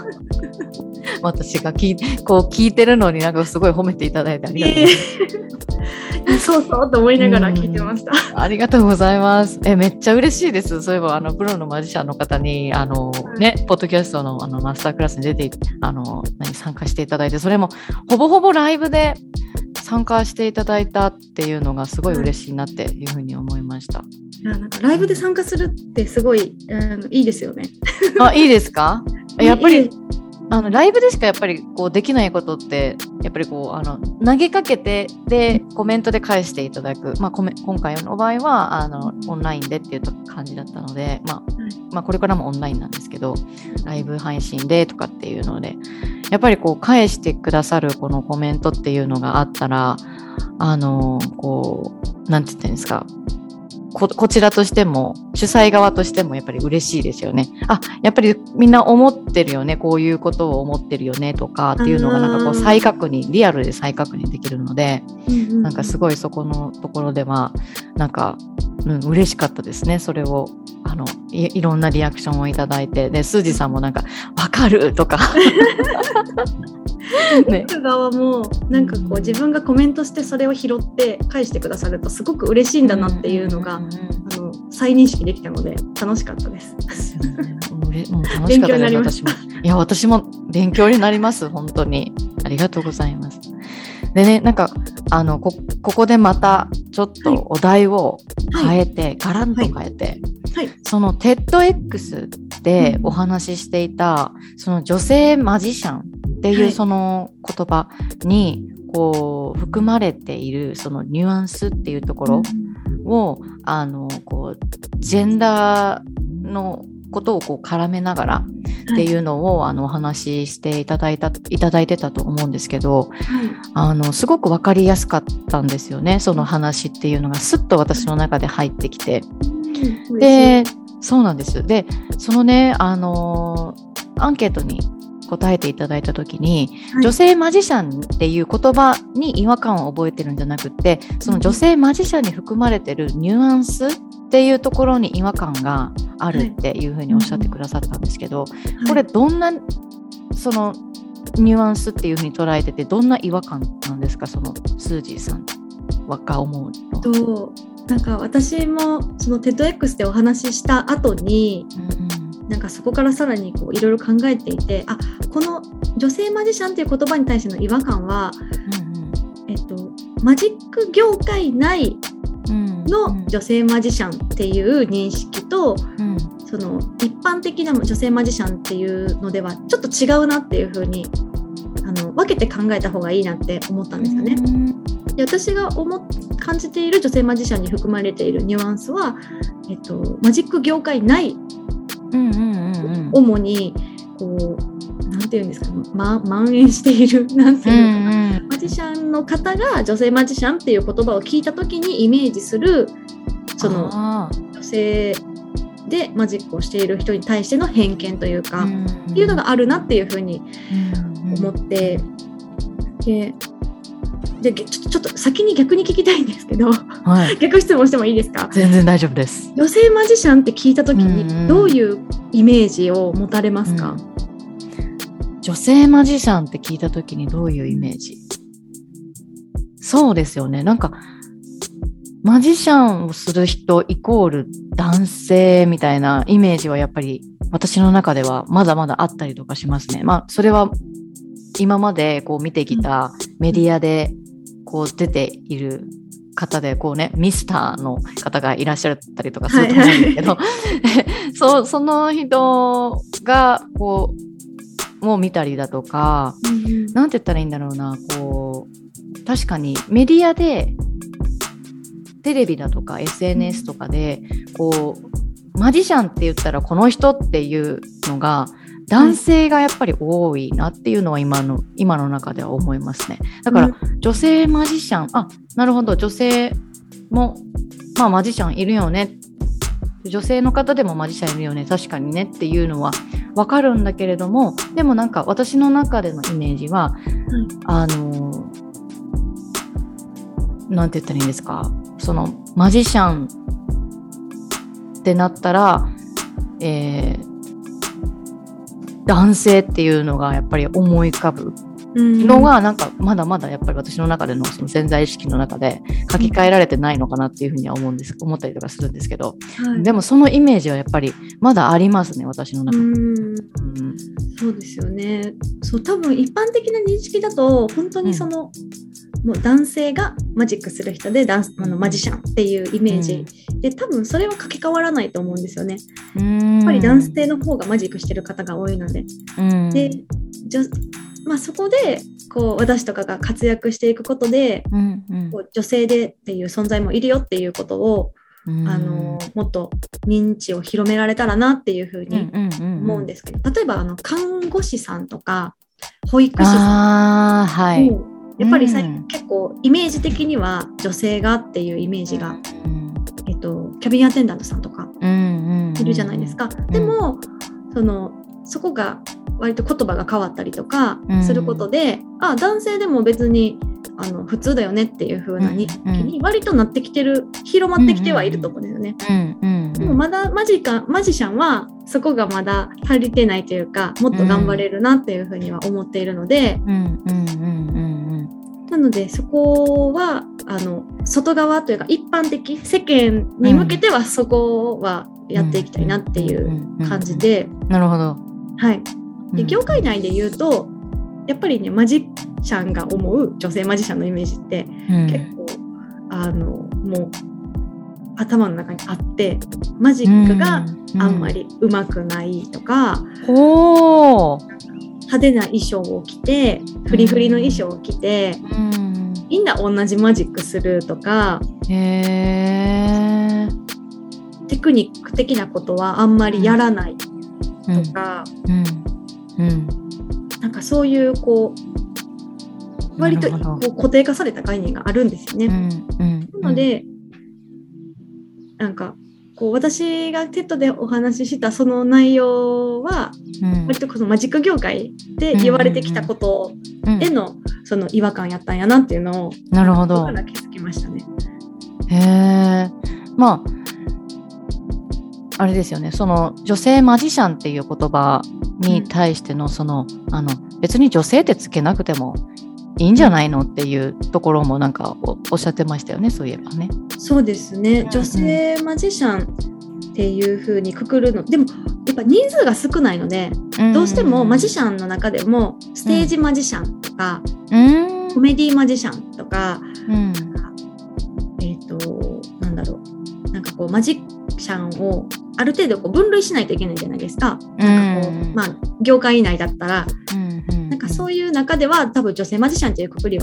私が聞いこう聞いてるのになんかすごい褒めていただいてありがとうございます。 そうそうと思いながら聞いてました。 ありがとうございます。えめっちゃ嬉しいです。そういえばあのプロのマジシャンの方にあの、はい、ねポッドキャスト の, あのマスタークラスに出てあの何参加していただいてそれもほぼほぼライブで参加していただいたっていうのがすごい嬉しいなっていうふうに思いました。 いやなんかライブで参加するってすごいあのいいですよね。 あいいですか？やっぱりあのライブでしかやっぱりこうできないことってやっぱりこうあの投げかけてでコメントで返していただく、まあ、コメ今回の場合はあのオンラインでっていう感じだったので、まあまあ、これからもオンラインなんですけどライブ配信でとかっていうのでやっぱりこう返してくださるこのコメントっていうのがあったらあのこうなんて言ってんですかこ, こちらとしても主催側としてもやっぱり嬉しいですよね。あやっぱりみんな思ってるよねこういうことを思ってるよねとかっていうのがなんかこう再確認リアルで再確認できるので、うんうん、なんかすごいそこのところではなんか、うん、嬉しかったですね。それをあの い, いろんなリアクションをいただいてでスージーさんもなんかわかるとかね、側もなんかこう自分がコメントしてそれを拾って返してくださるとすごく嬉しいんだなっていうのが、うんうんうん、あの再認識できたので楽しかったです。 もう楽しかったです私も。いや私も勉強になります本当にありがとうございます。でねなんかあの こ, ここでまたちょっとお題を変えて、はい、ガランと変えて、はいはい、その テッドエックス でお話ししていた、うん、その女性マジシャンっていうその言葉にこう含まれているそのニュアンスっていうところをあのこうジェンダーのことをこう絡めながらっていうのをあのお話ししていただいたいただいてたと思うんですけど、あのすごく分かりやすかったんですよね。その話っていうのがスッと私の中で入ってきて、でそうなんです。でそのねあのアンケートに答えていただいたときに、はい、女性マジシャンっていう言葉に違和感を覚えてるんじゃなくてその女性マジシャンに含まれてるニュアンスっていうところに違和感があるっていうふうにおっしゃってくださったんですけど、はい、これどんなそのニュアンスっていうふうに捉えててどんな違和感なんですかそのスージーさんが思うの。 となんか私もその テッドエックス でお話しした後に、うんなんかそこからさらにこういろいろ考えていてあこの女性マジシャンという言葉に対しての違和感は、うんうんえっと、マジック業界内の女性マジシャンっていう認識と、うんうん、その一般的な女性マジシャンっていうのではちょっと違うなっていうふうにあの分けて考えた方がいいなって思ったんですよね。うんで私が思っ感じている女性マジシャンに含まれているニュアンスは、えっと、マジック業界内、 うんうんうんうん、 主にこうなんていうんですか、ま、蔓延しているなんていうのかな、うんうん、マジシャンの方が女性マジシャンっていう言葉を聞いた時にイメージするその女性でマジックをしている人に対しての偏見というか、うんうん、っていうのがあるなっていうふうに思って、うんうん、ででちょっと、ちょっと先に逆に聞きたいんですけど、はい、逆質問してもいいですか？ 全然大丈夫です。 女性マジシャンって聞いた時にどういうイメージを持たれますか？ うん、女性マジシャンって聞いた時にどういうイメージ？そうですよね。なんかマジシャンをする人イコール男性みたいなイメージはやっぱり私の中ではまだまだあったりとかしますね。まあそれは今までこう見てきたメディアでこう出ている方でこうねミスターの方がいらっしゃったりとかすると思うんですけど、はいはい、そ, その人がこうもう見たりだとか、うん、なんて言ったらいいんだろうな、こう確かにメディアでテレビだとか エスエヌエス とかでこうマジシャンって言ったらこの人っていうのが男性がやっぱり多いなっていうのは今の今の中では思いますね。だから女性マジシャン、あ、なるほど、女性もまあマジシャンいるよね、女性の方でもマジシャンいるよね、確かにねっていうのは分かるんだけれども、でもなんか私の中でのイメージは、うん、あのなんて言ったらいいんですか、そのマジシャンってなったら、えー男性っていうのがやっぱり思い浮かぶのがなんかまだまだやっぱり私の中でのその潜在意識の中で書き換えられてないのかなっていうふうには思うんです思ったりとかするんですけど、はい、でもそのイメージはやっぱりまだありますね、私の中で。うん、うん、 そうですよね。そう多分一般的な認識だと本当にその、うん、もう男性がマジックする人でダンスあのマジシャンっていうイメージ、うん、で多分それはかけ変わらないと思うんですよね。うん、やっぱり男性の方がマジックしてる方が多いので、うん、でじゃ、まあ、そこでこう私とかが活躍していくことで、うんうん、こう女性でっていう存在もいるよっていうことを、うん、あのもっと認知を広められたらなっていうふうに思うんですけど、例えばあの看護師さんとか保育士さん、あ、はい、やっぱり最近、うん、結構イメージ的には女性がっていうイメージが、うんえっと、キャビンアテンダントさんとかいるじゃないですか、うんうんうん、でもそのそこが割と言葉が変わったりとかすることで、うん、あ男性でも別にあの普通だよねっていう風な認識に割となってきてる、広まってきてはいると思うんですよね、うんうんうん、でもまだマジかマジシャンはそこがまだ足りてないというか、もっと頑張れるなっていう風には思っているので、うんうんうんうん、なのでそこはあの外側というか一般的世間に向けてはそこはやっていきたいなっていう感じで、 うんうんうんうん、なるほど、 はい。で業界内で言うとやっぱりねマジシャンが思う女性マジシャンのイメージって、うん、結構あのもう頭の中にあって、マジックがあんまり上手くないとか、うんうん、派手な衣装を着てフリフリの衣装を着て、うん、みんな同じマジックするとか、へー、テクニック的なことはあんまりやらないとか、うんうんうん、なんかそういうこう割とこう固定化された概念があるんですよね、うんうん、なのでなんかこう私がテッドでお話ししたその内容は、うん、割とこのマジック業界で言われてきたことへのその違和感やったんやなっていうのをなるほどから気づきましたね。 へー、まああれですよね、その女性マジシャンっていう言葉に対してのその、うん、あの別に女性ってつけなくてもいいんじゃないのっていうところもなんか お, おっしゃってましたよね、そういえばね。 そうですね、女性マジシャンっていう風にくくるの、でもやっぱ人数が少ないので、うん、どうしてもマジシャンの中でもステージマジシャンとか、うん、コメディマジシャンとか、うん、えっとなんだろう、なんかこうマジシャンをある程度こう分類しないといけないじゃないですか。なんかこう、まあ、業界内だったら、うんうんうん、なんかそういう中では多分女性マジシャンというくくりは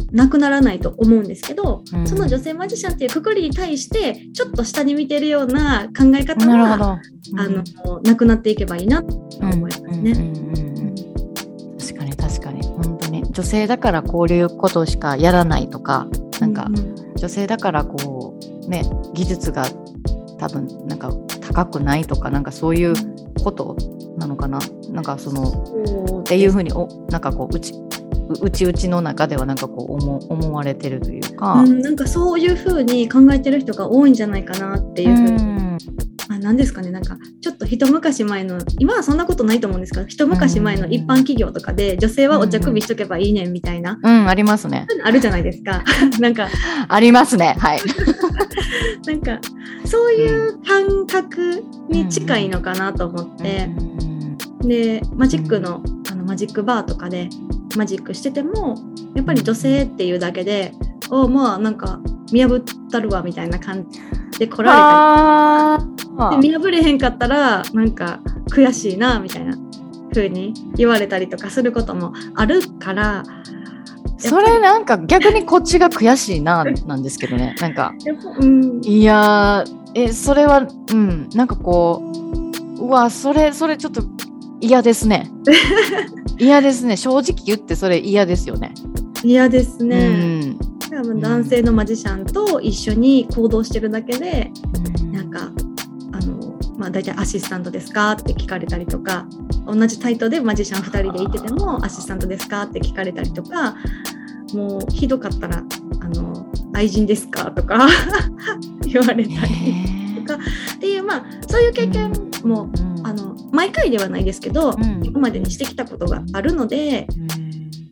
なくならないと思うんですけど、 うん、 その女性マジシャンっていうくくりに対してちょっと下に見てるような考え方は、 なるほど、うん、 あのなくなっていけばいいなと思いますね。 うんうんうんうん、確かに確かに本当に女性だからこういうことしかやらないとか、なんか女性だからこうね技術が多分なんか高くないとか、なんかそういうことなのかな、なんかそのっていうふうにおなんかこううちうちうちの中ではなんかこう 思, 思われてるというか、 うん、なんかそういうふうに考えてる人が多いんじゃないかなっていうふうに、うんあ、なんですかね、なんかちょっと一昔前の、今はそんなことないと思うんですけど、一昔前の一般企業とかで女性はお茶首しとけばいいねんみたいな、 うん、うん、ありますね、 あるじゃないですかなんかありますね、はいなんかそういう感覚に近いのかなと思って、うん、でマジックの、あのマジックバーとかでマジックしててもやっぱり女性っていうだけで、おまあなんか見破ったるわみたいな感じで来られたり、で見破れへんかったらなんか悔しいなみたいな風に言われたりとかすることもあるから、 それなんか逆にこっちが悔しいななんですけどねなんか、うん、いやえそれはうんなんかこううわそれそれちょっと嫌ですね嫌ですね、正直言ってそれ嫌ですよね。 嫌ですね、うん、男性のマジシャンと一緒に行動してるだけで、うん、なんかあの、まあ、大体アシスタントですかって聞かれたりとか、同じタイトでマジシャンふたりでいててもアシスタントですかって聞かれたりとか、もうひどかったらあの愛人ですかとか言われたりとかっていう、まあそういう経験も、うん、あの毎回ではないですけど、うん、今までにしてきたことがあるので、うん、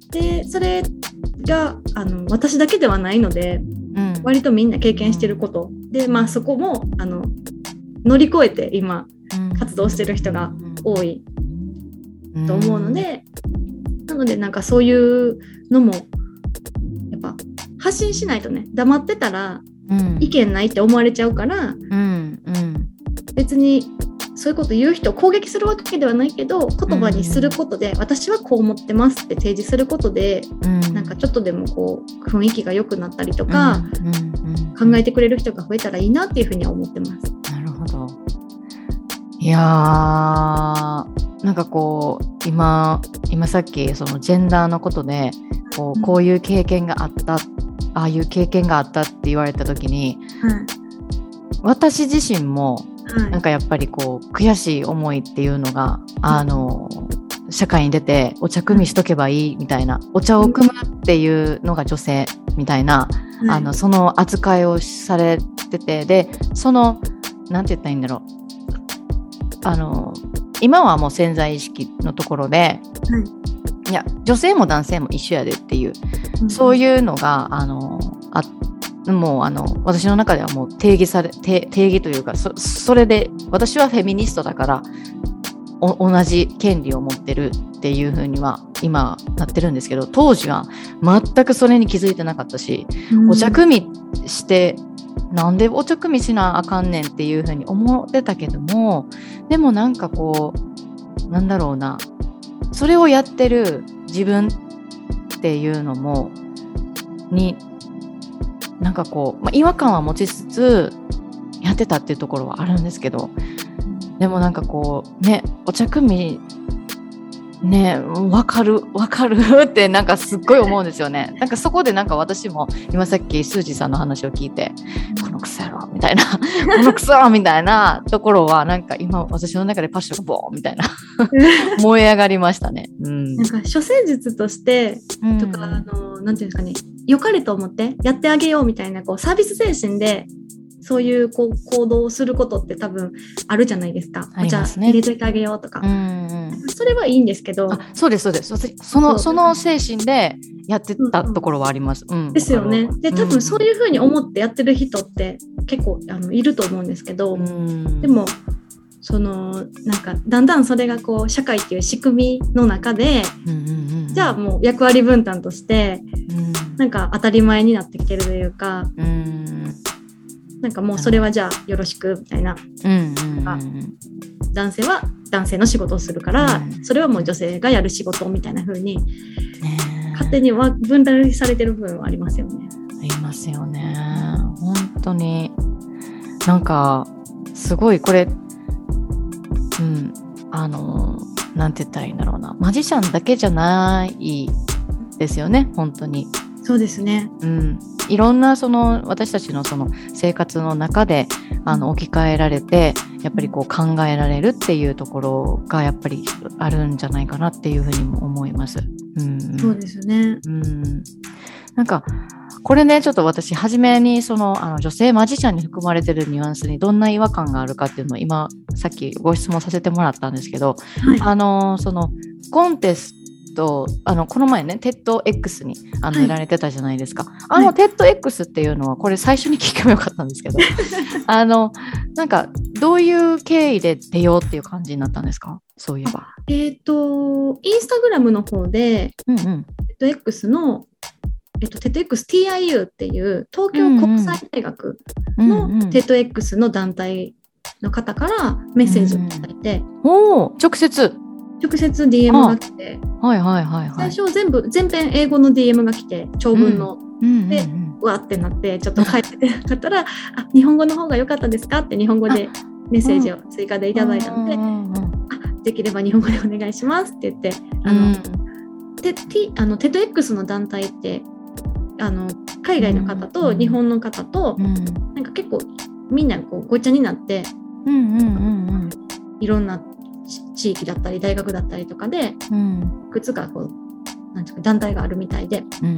でそれがあの私だけではないので、うん、割とみんな経験してることで、まあ、そこもあの乗り越えて今活動してる人が多いと思うので、うん、なのでなんかそういうのもやっぱ発信しないとね、黙ってたら意見ないって思われちゃうから、うんうん、別にそういうこと言う人を攻撃するわけではないけど、言葉にすることで、うん、私はこう思ってますって提示することで、うん、なんかちょっとでもこう雰囲気が良くなったりとか、うんうんうん、考えてくれる人が増えたらいいなっていうふうには思ってます。 なるほど。いやーなんかこう今今さっきそのジェンダーのことでこう、こういう経験があった、ああいう経験があったって言われた時に、うん、私自身もなんかやっぱりこう悔しい思いっていうのが、あの社会に出てお茶組みしとけばいいみたいな、お茶を組むっていうのが女性みたいな、うん、あのその扱いをされてて、でそのなんて言ったらいいんだろう、あの今はもう潜在意識のところで、うん、いや女性も男性も一緒やでっていう、うん、そういうのがあのあもうあの私の中ではもう定義され定義というか そ, それで私はフェミニストだからお同じ権利を持ってるっていう風には今なってるんですけど、当時は全くそれに気づいてなかったし、うん、お茶組みしてなんでお茶組みしなあかんねんっていう風に思ってたけども、でもなんかこうなんだろうな、それをやってる自分っていうのもになんかこう、まあ、違和感は持ちつつやってたっていうところはあるんですけど、でもなんかこうね、お茶組みね、わかるわかるってなんかすっごい思うんですよね。なんかそこでなんか私も今さっきスージーさんの話を聞いて、このクソ野郎みたいなこのクソみたいなところはなんか今私の中でパッションがボーンみたいな燃え上がりましたね。うん、 なんか処世術としてとか、うん、あのなんていうんですかね、良かれと思ってやってあげようみたいなこうサービス精神でそういうこう行動をすることって多分あるじゃないですか。お茶入れといてあげようとか、うんうん、それはいいんですけど、 あ、そうですそうです、そのその精神でやってたところはあります。うんうん、 ですよね。で多分そういう風に思ってやってる人って結構あのいると思うんですけど、うん、でもそのなんかだんだんそれがこう社会っていう仕組みの中で、うんうんうん、じゃあもう役割分担として、うん、なんか当たり前になってきてるというか、うん、なんかもうそれはじゃあよろしくみたいな、うんうんうん、男性は男性の仕事をするから、うん、それはもう女性がやる仕事みたいな風に勝手には分類されてる部分はありますよね。 ありますよね。本当になんかすごいこれ、うん、あのなんて言ったらいいんだろうな、マジシャンだけじゃないですよね、本当に。 そうですね、 うん、いろんなその私たちのその生活の中であの置き換えられてやっぱりこう考えられるっていうところがやっぱりあるんじゃないかなっていうふうにも思います。うん、 そうですね、 うん、なんかこれねちょっと私初めにそのあの女性マジシャンに含まれてるニュアンスにどんな違和感があるかっていうのを今さっきご質問させてもらったんですけど、 はい、 あのそのコンテストあのこの前ね テッドエックス にあの、はい、出られてたじゃないですか。あの、はい、テッドエックス っていうのはこれ最初に聞けばよかったんですけどあのなんかどういう経緯で出ようっていう感じになったんですか？そういえばえっ、ー、とインスタグラムの方で、うんうん、テッドエックス のえっと、テッドエックスティーアイユー っていう東京国際大学の テッドエックス の団体の方からメッセージをいただいて、 うんうん、お直接直接 ディーエム が来て、 はいはいはいはい、 最初全部全編英語の ディーエム が来て長文の、うん、で、うんうんうん、わーってなってちょっと書いてなかったらあ日本語の方が良かったですかって日本語でメッセージを追加でいただいたので、あできれば日本語でお願いしますって言ってあの、うん、テ, あの テッドエックス の団体ってあの海外の方と日本の方と、うん、なんか結構みんなこうごっちゃになって、うんうんうんうん、いろんな地域だったり大学だったりとかで、うん、いくつかこうなんていうか団体があるみたいで、うん、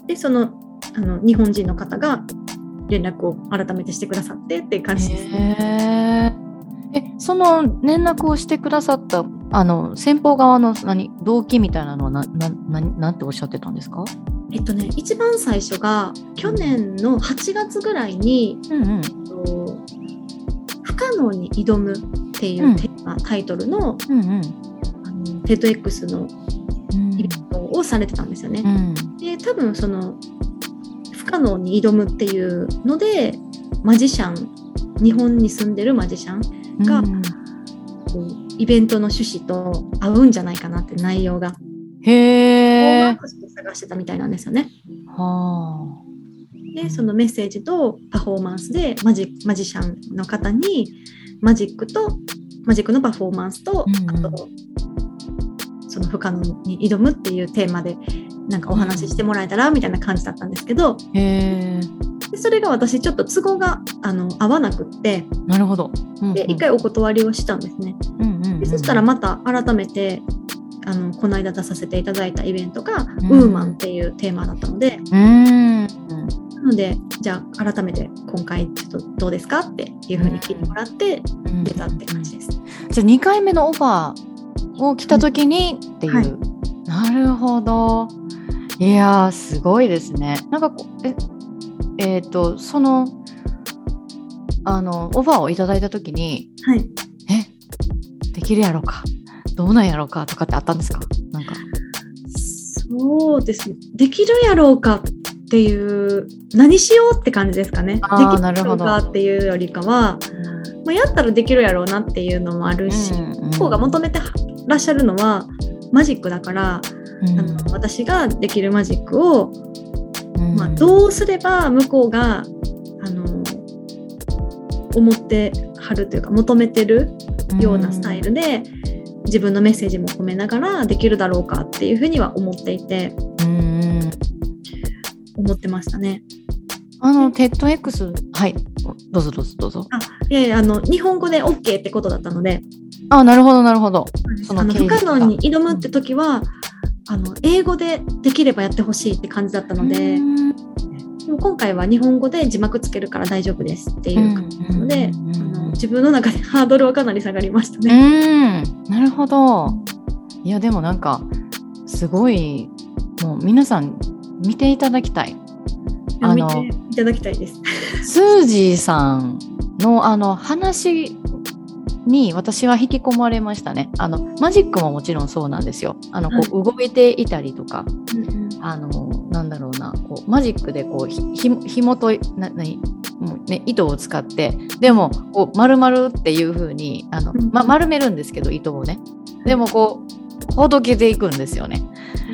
でその、あの日本人の方が連絡を改めてしてくださってっていう感じですね。 へえ、その連絡をしてくださったあの先方側の何動機みたいなのはななななんておっしゃってたんですか？ えっとね、一番最初が去年のはちがつぐらいに、うんうん、不可能に挑むっていうテーマ、うん、タイトルの、うんうん、あの テッドエックス のイベントをされてたんですよね、うん、で多分その不可能に挑むっていうのでマジシャン日本に住んでるマジシャンが、うん、こうイベントの趣旨と合うんじゃないかなって内容がへー探してたみたいなんですよね。 はでそのメッセージとパフォーマンスでマジ、マジシャンの方にマジックとマジックのパフォーマンスと、うんうん、あとその不可能に挑むっていうテーマでなんかお話ししてもらえたらみたいな感じだったんですけど、 へでそれが私ちょっと都合があの合わなくって、 なるほど、 うんうん、で一回お断りをしたんですね、うんうんうん、でそしたらまた改めてあのこの間出させていただいたイベントが、うん、ウーマンっていうテーマだったので、うん、なのでじゃあ改めて今回ちょっとどうですかっていうふうに聞いてもらって出たって感じです、 うん、じゃあにかいめのオファーを来た時にっていう、はい、なるほど。いやーすごいですね。なんかええー、とそのあのオファーをいただいた時に、 はい、 えできるやろうかどうなんやろうかとかってあったんですか？なんかそうですね、できるやろうかっていう何しようって感じですかね。できるやろうかっていうよりかは、まあ、やったらできるやろうなっていうのもあるし、うんうん、方が求めてらっしゃるのはマジックだから、うん、あの私ができるマジックを、うんまあ、どうすれば向こうがあの思ってはるというか求めてるようなスタイルで、うん、自分のメッセージも込めながらできるだろうかっていうふうには思っていて、うん、思ってましたね。 あの テッドエックス はいどうぞどうぞどうぞ。 あいやいやあの日本語で OK ってことだったので、 あなるほどなるほど。 その不可能に挑むって時は、うん、あの英語でできればやってほしいって感じだったので、でも今回は日本語で字幕つけるから大丈夫ですっていう感じなので、うんうんうん、あの自分の中でハードルはかなり下がりましたね。うんなるほど。いやでもなんかすごいもう皆さん見ていただきたい。 あの見ていただきたいです。 スージーさんのあの話に私は引き込まれましたね。あのマジックももちろんそうなんですよ。あのこう動いていたりとか、うんうん、あのなんだろうなこうマジックでこうひひもとな何もうね糸を使ってでもこう丸々っていう風にあの、ま、丸めるんですけど糸をねでもこうほどけていくんですよね。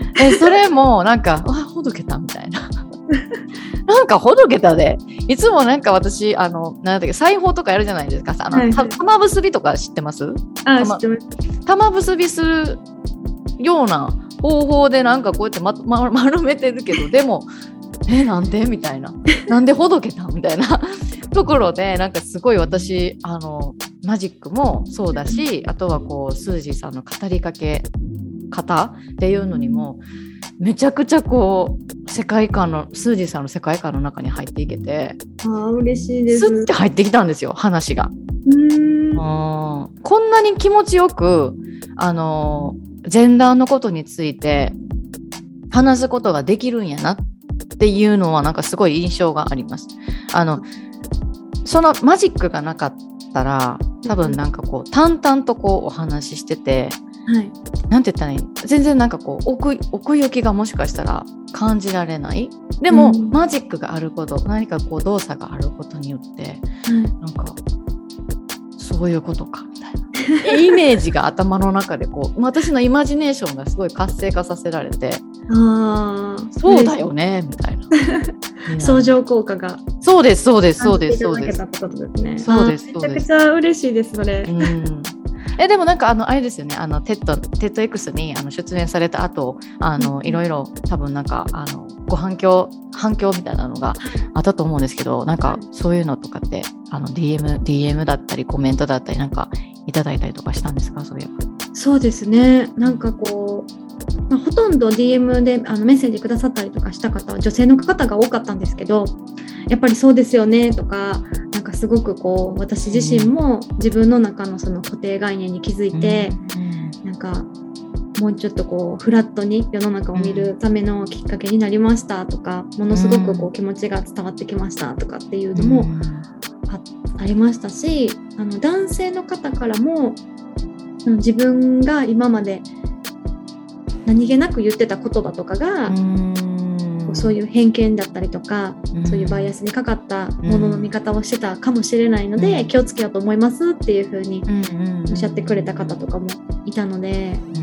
えそれもなんかあほどけたみたいななんかほどけたでいつもなんか私あのなんだっけ裁縫とかやるじゃないですかあの、はいはい、玉結びとか知ってます？ あ知ってます。 玉結びするような方法でなんかこうやってま、ま、丸めてるけどでもえなんでみたいななんでほどけたみたいなところでなんかすごい私あのマジックもそうだしあとはこうスージーさんの語りかけ方っていうのにもめちゃくちゃこう世界観のスージーさんの世界観の中に入っていけてあ嬉しいです。 スッて入ってきたんですよ話が。 うーんあこんなに気持ちよくあのジェンダーのことについて話すことができるんやなっていうのはなんかすごい印象があります。あのそのマジックがなかったら多分なんかこう淡々とこうお話ししてて、はい、なんて言ったらいい全然なんかこう 奥, 奥行きがもしかしたら感じられないでも、うん、マジックがあること何かこう動作があることによって、うん、なんかそういうことかみたいなイメージが頭の中でこう私のイマジネーションがすごい活性化させられてあそうだよねみたいな相乗効果がそうですそうですそうですそうですそうですめちゃくちゃ嬉しいですそれ、 うんえでもなんかあのあれですよねあのテッドテッド X にあの出演された後あの、うん、いろいろ多分なんかあのご反響反響みたいなのがあったと思うんですけどなんかそういうのとかってあの ディーエム ディーエム だったりコメントだったりなんかいただいたりとかしたんですかそういえば。 そうですねなんかこう、まあ、ほとんど ディーエム であのメッセージくださったりとかした方は女性の方が多かったんですけどやっぱりそうですよねとかなんかすごくこう私自身も自分の中のその固定概念に気づいて、うん、なんかもうちょっとこうフラットに世の中を見るためのきっかけになりましたとかものすごくこう気持ちが伝わってきましたとかっていうのも あ, ありましたしあの男性の方からも自分が今まで何気なく言ってた言葉とかがそういう偏見だったりとか、うん、そういうバイアスにかかったものの見方をしてたかもしれないので、うん、気をつけようと思いますっていう風におっしゃってくれた方とかもいたので、うん、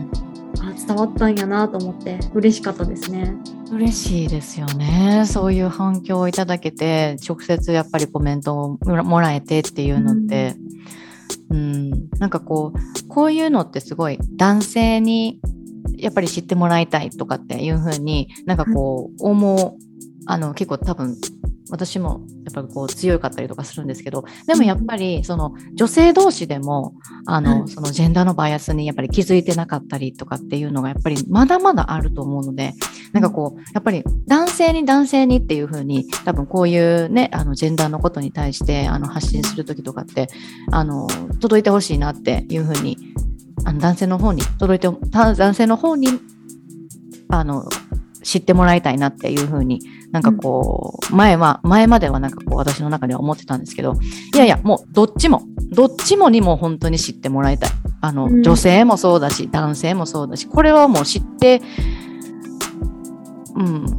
あ伝わったんやなと思って嬉しかったですね。 嬉しいですよねそういう反響をいただけて直接やっぱりコメントをもらえてっていうのって、うんうん、なんかこうこういうのってすごい男性にやっぱり知ってもらいたいとかっていう風になんかこう思うあの結構多分私もやっぱりこう強かったりとかするんですけどでもやっぱりその女性同士でもあのそのジェンダーのバイアスにやっぱり気づいてなかったりとかっていうのがやっぱりまだまだあると思うのでなんかこうやっぱり男性に男性にっていう風に多分こういうねあのジェンダーのことに対してあの発信する時とかってあの届いてほしいなっていう風にあの男性の方に届いて男性の方にあの知ってもらいたいなっていう風になんかこう前は前まではなんかこう私の中では思ってたんですけどいやいやもうどっちもどっちもにも本当に知ってもらいたいあの、うん、女性もそうだし男性もそうだしこれはもう知ってうん、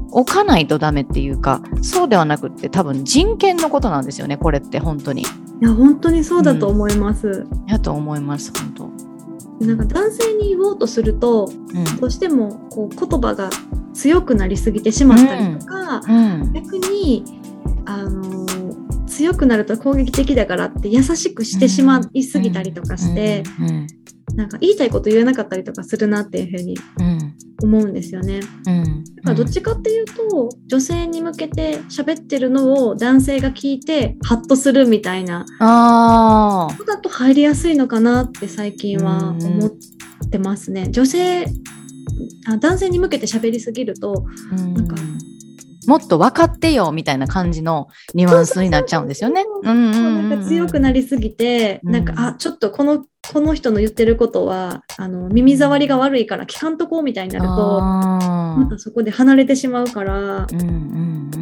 置かないとダメっていうかそうではなくって多分人権のことなんですよねこれって本当にいや本当にそうだと思います、うん、 やと思います本当なんか男性に言おうとすると、うん、どうしてもこう言葉が強くなりすぎてしまったりとか、うんうん、逆に、あのー、強くなると攻撃的だからって優しくしてしまいすぎたりとかして、うんうん、なんか言いたいこと言えなかったりとかするなっていうふうに思うんですよね、うん、だからどっちかっていうと女性に向けて喋ってるのを男性が聞いてハッとするみたいなあそうだと入りやすいのかなって最近は思ってますね。女性あ男性に向けて喋りすぎるとなんかもっと分かってよみたいな感じのニュアンスになっちゃうんですよね。 なんか強くなりすぎて、うん、なんかあちょっとこのこの人の言ってることはあの耳障りが悪いから聞かんとこうみたいになるとまたそこで離れてしまうから、うんうんうん、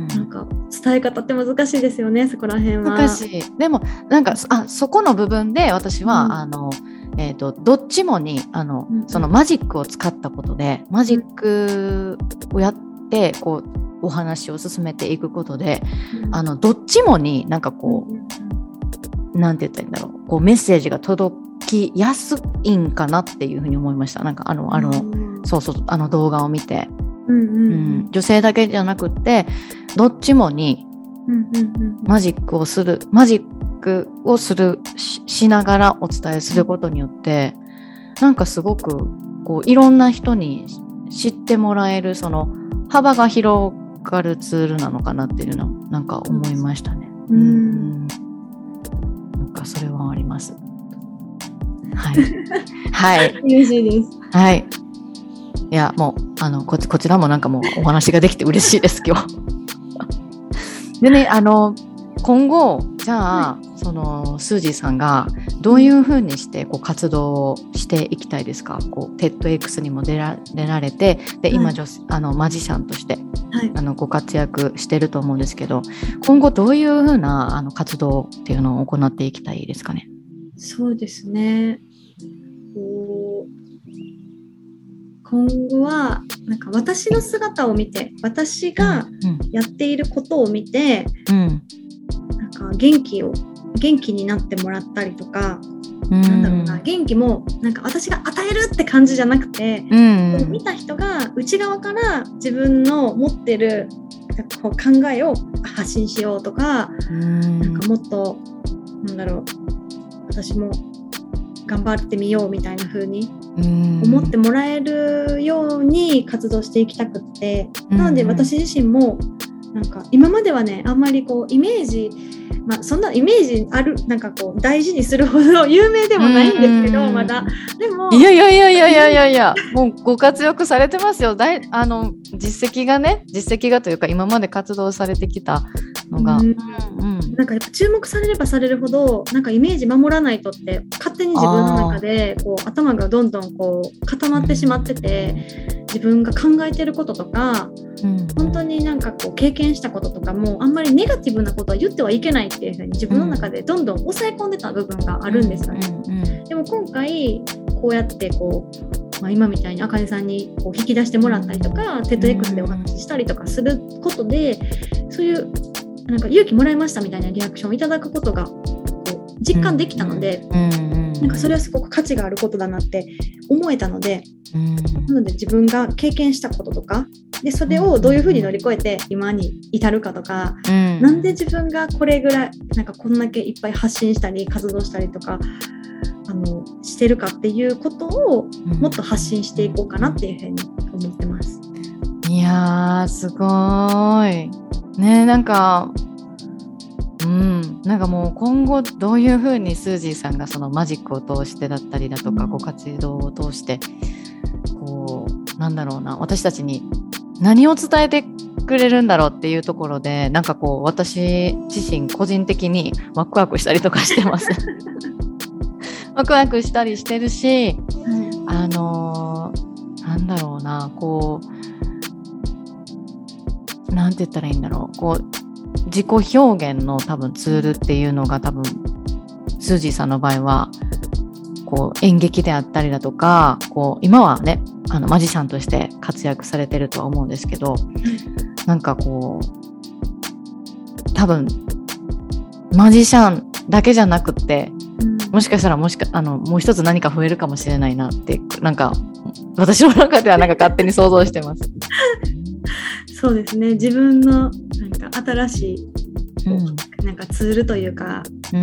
なんか伝え方って難しいですよねそこら辺は。 難しい。でもなんかあそこの部分で私は、うん、あのえーと、どっちもにあの、うん、そのマジックを使ったことでマジックをやってこうお話を進めていくことで、うん、あのどっちもになんかこう、うん、なんて言ったらいいんだろうこうメッセージが届きやすいんかなっていうふうに思いました。なんかあのあの、うん、そうそうあの動画を見て、うんうんうん、女性だけじゃなくってどっちもにマジックをするマジックをする し, しながらお伝えすることによってなんかすごくこういろんな人に知ってもらえるその幅が広がるツールなのかなっていうのをなんか思いましたね。うん、うん、なんかそれはあります。はいはい。 嬉しいです。 はい。いやもうあの こ, こちらもなんかもうお話ができて嬉しいです今日。でねあの今後じゃあ、はい、そのスージーさんがどういう風にしてこう活動をしていきたいですか？こう テッドエックス にも出 ら, 出られてで今、はい、あのマジシャンとして、はい、あのご活躍してると思うんですけど今後どういう風なあの活動っていうのを行っていきたいですかね？ そうですね。今後はなんか私の姿を見て私がやっていることを見て、うん、なんか元気を元気になってもらったりとか、うん、なんだろうな元気もなんか私が与えるって感じじゃなくて、うん、見た人が内側から自分の持ってるこう考えを発信しようとか、うん、なんかもっとなんだろう私も頑張ってみようみたいな風に思ってもらえるように活動していきたくって、なので私自身もなんか今まではねあんまりこうイメージ、まあ、そんなイメージあるなんかこう大事にするほど有名でもないんですけどまだでもいやいやいやいやいやいやいやもうご活躍されてますよ。だいあの実績がね実績がというか今まで活動されてきたのが、うんうん、なんかやっぱ注目されればされるほどなんかイメージ守らないとって勝手に自分の中でこう頭がどんどんこう固まってしまってて自分が考えてることとか、うん、本当になんかこう経験したこととかもあんまりネガティブなことは言ってはいけないっていう風に自分の中でどんどん抑え込んでた部分があるんですよね、うんうんうん、でも今回こうやってこう、まあ、今みたいにあかねさんにこう引き出してもらったりとか テッドエックス でお話ししたりとかすることでそういうなんか勇気もらいましたみたいなリアクションをいただくことがこう実感できたので、うんうん、なんかそれはすごく価値があることだなって思えたので、うん、なので自分が経験したこととかでそれをどういうふうに乗り越えて今に至るかとか、うん、なんで自分がこれぐらいなんかこんだけいっぱい発信したり活動したりとかあのしてるかっていうことをもっと発信していこうかなっていうふうに思ってます。 いやーすごいね。なんかうん、なんかもう今後どういうふうにスージーさんがそのマジックを通してだったりだとかご活動を通してこうなんだろうな私たちに何を伝えてくれるんだろうっていうところでなんかこう私自身個人的にワクワクしたりとかしてますワクワクしたりしてるし、うん、あのー、なんだろうなこうなんて言ったらいいんだろうこう自己表現の多分ツールっていうのが多分スージーさんの場合はこう演劇であったりだとかこう今はねあのマジシャンとして活躍されてるとは思うんですけどなんかこう多分マジシャンだけじゃなくってもしかしたらもしかあのもう一つ何か増えるかもしれないなってなんか私の中ではなんか勝手に想像してますそうですね自分のなんか新しいこう、うん、なんかツールというか、うん、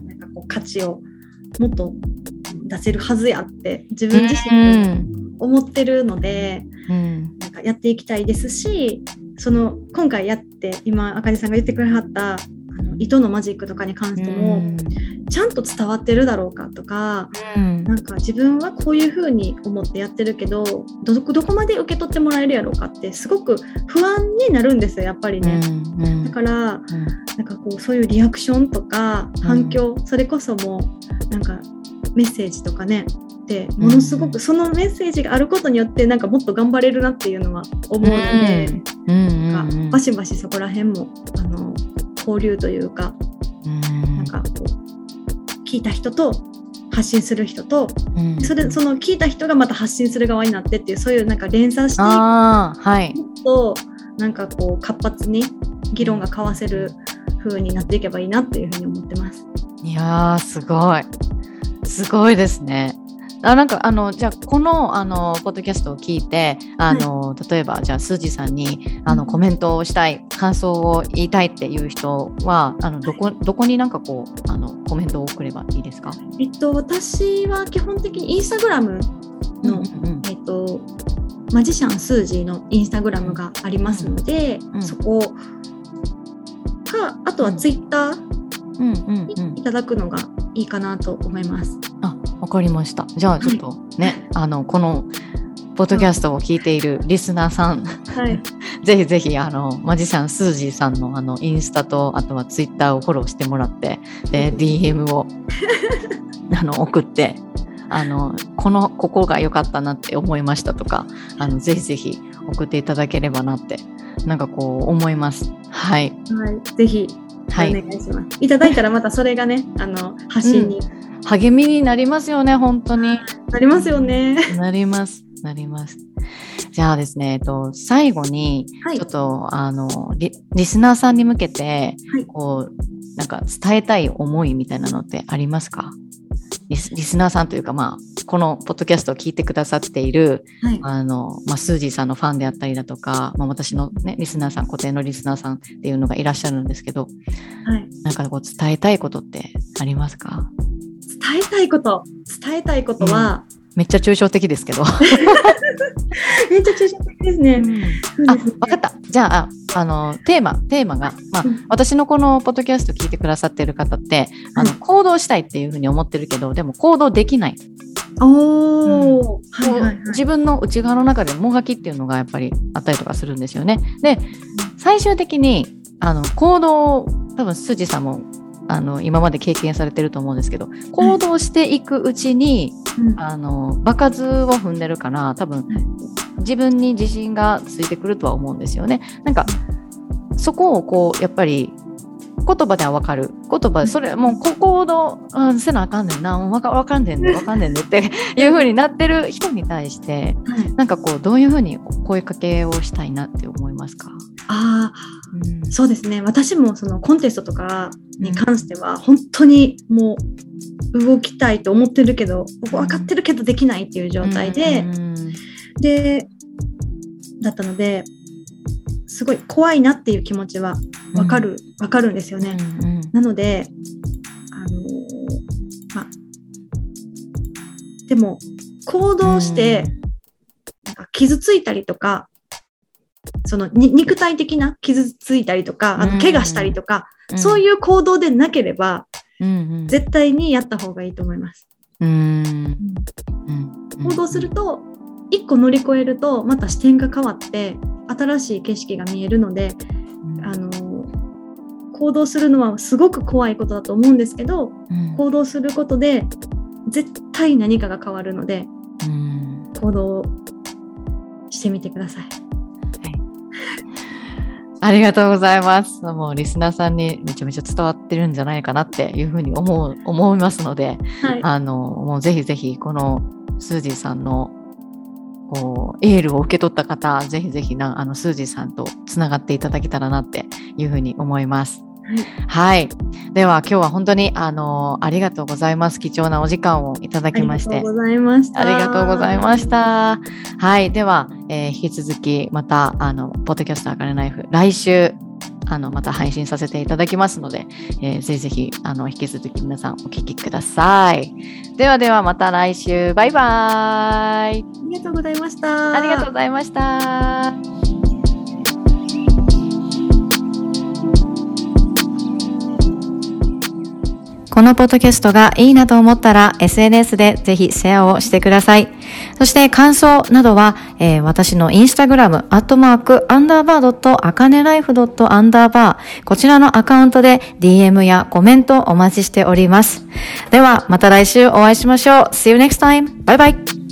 なんかこう価値をもっと出せるはずやって自分自身思ってるので、うん、なんかやっていきたいですしその今回やって今あかねさんが言ってくれはったあの糸のマジックとかに関しても、うん、ちゃんと伝わってるだろうかとか、うん、なんか自分はこういう風に思ってやってるけど ど, どこまで受け取ってもらえるやろうかってすごく不安になるんですよやっぱりね、うんうん、だから、うん、なんかこうそういうリアクションとか反響、うん、それこそもうなんかメッセージとかねでものすごくそのメッセージがあることによってなんかもっと頑張れるなっていうのは思うので、うん、なんかバシバシそこら辺もあの交流というか、うん、なんかこう聞いた人と発信する人と、うん、それその聞いた人がまた発信する側になってっていうそういうなんか連鎖していくと、はい、もっとなんかこう活発に議論が交わせる風になっていけばいいなっていうふうに思ってます。 いやーすごいすごいですね。あなんかあのじゃあこのあのポッドキャストを聞いてあの、はい、例えばじゃあスージーさんにあのコメントをしたい、感想を言いたいっていう人はあのどこ、どこになんかこうあのコメントを送ればいいですか？ えっと私は基本的にインスタグラムの、うんうん、えっとマジシャンスージーのインスタグラムがありますので、うんうん、そこかあとはツイッターにいただくのがいいかなと思います。 あ、わかりました。じゃあちょっとね、はい、あのこのポッドキャストを聞いているリスナーさん、はい、ぜひぜひあのマジシャンスージーさんのあのインスタとあとはツイッターをフォローしてもらってで ディーエム をあの送ってあのこのここが良かったなって思いましたとかあのぜひぜひ送っていただければなってなんかこう思います。はい、 はい、ぜひお願いします。はい、いただいたらまたそれがねあの発信に、うん励みになりますよね、本当に。 なりますよね。 なります、なります。じゃあですね、えっと、最後に、ちょっと、はい、あのリ、リスナーさんに向けて、はい、こう、なんか伝えたい思いみたいなのってありますか？リス、リスナーさんというか、まあ、このポッドキャストを聞いてくださっている、はい、あの、まあ、スージーさんのファンであったりだとか、まあ、私のね、リスナーさん、固定のリスナーさんっていうのがいらっしゃるんですけど、はい、なんかこう、伝えたいことってありますか？ 伝えたいこと、伝えたいことは、 うん、めっちゃ抽象的ですけど。 めっちゃ抽象的ですね。うん、 あ、分かった。じゃあ、あのテーマ、テーマが、まあ、うん、私のこのポッドキャスト聞いてくださっている方って、あの、うん、行動したいっていうふうに思ってるけど、でも行動できない。 おー、 うんはいはいはい、自分の内側の中でもがきっていうのがやっぱりあったりとかするんですよね。で、最終的にあの行動を多分スージーさんもあの今まで経験されてると思うんですけど、行動していくうちに、うん、あの場数を踏んでるから多分自分に自信がついてくるとは思うんですよね。なんかそこをこうやっぱり言葉では分かる言葉でそれもう行動、うん、せなあかんねんな分か、分かんねんね分かんねんねっていう風になってる人に対して、はい、なんかこうどういう風に声かけをしたいなって思いますか？ あ、うん、そうですね。私もそのコンテストとかに関しては本当にもう動きたいと思ってるけど、うん、分かってるけどできないっていう状態で、うん、でだったのですごい怖いなっていう気持ちは分かる、うん、分かるんですよね。うんうん、なのであのー、まあでも行動してなんか傷ついたりとかその肉体的な傷ついたりとかあの怪我したりとか、うん、そういう行動でなければ、うん、絶対にやった方がいいと思います。うんうん、行動すると一個乗り越えるとまた視点が変わって新しい景色が見えるので、うん、あの行動するのはすごく怖いことだと思うんですけど、うん、行動することで絶対何かが変わるので、うん、行動してみてください。 ありがとうございます。もうリスナーさんにめちゃめちゃ伝わってるんじゃないかなっていうふうに思う思いますので、はい、あのもうぜひぜひこのスージーさんのこうエールを受け取った方、ぜひぜひなあのスージーさんとつながっていただけたらなっていうふうに思います。はい、はい、では今日は本当にあのありがとうございます。貴重なお時間をいただきましてありがとうございました。 ありがとうございました。はい、では、えー、引き続きまたあのポッドキャストあかねライフ来週あのまた配信させていただきますので、えー、ぜひぜひあの引き続き皆さんお聞きください。ではではまた来週バイバイ。ありがとうございました。 ありがとうございました。このポッドキャストがいいなと思ったら エスエヌエス でぜひシェアをしてください。そして感想などは、えー、私のインスタグラム、アットマーク、アンダーバードット、あかねライフドット、アンダーバー、こちらのアカウントで ディーエム やコメントお待ちしております。では、また来週お会いしましょう。See you next time. バイバイ。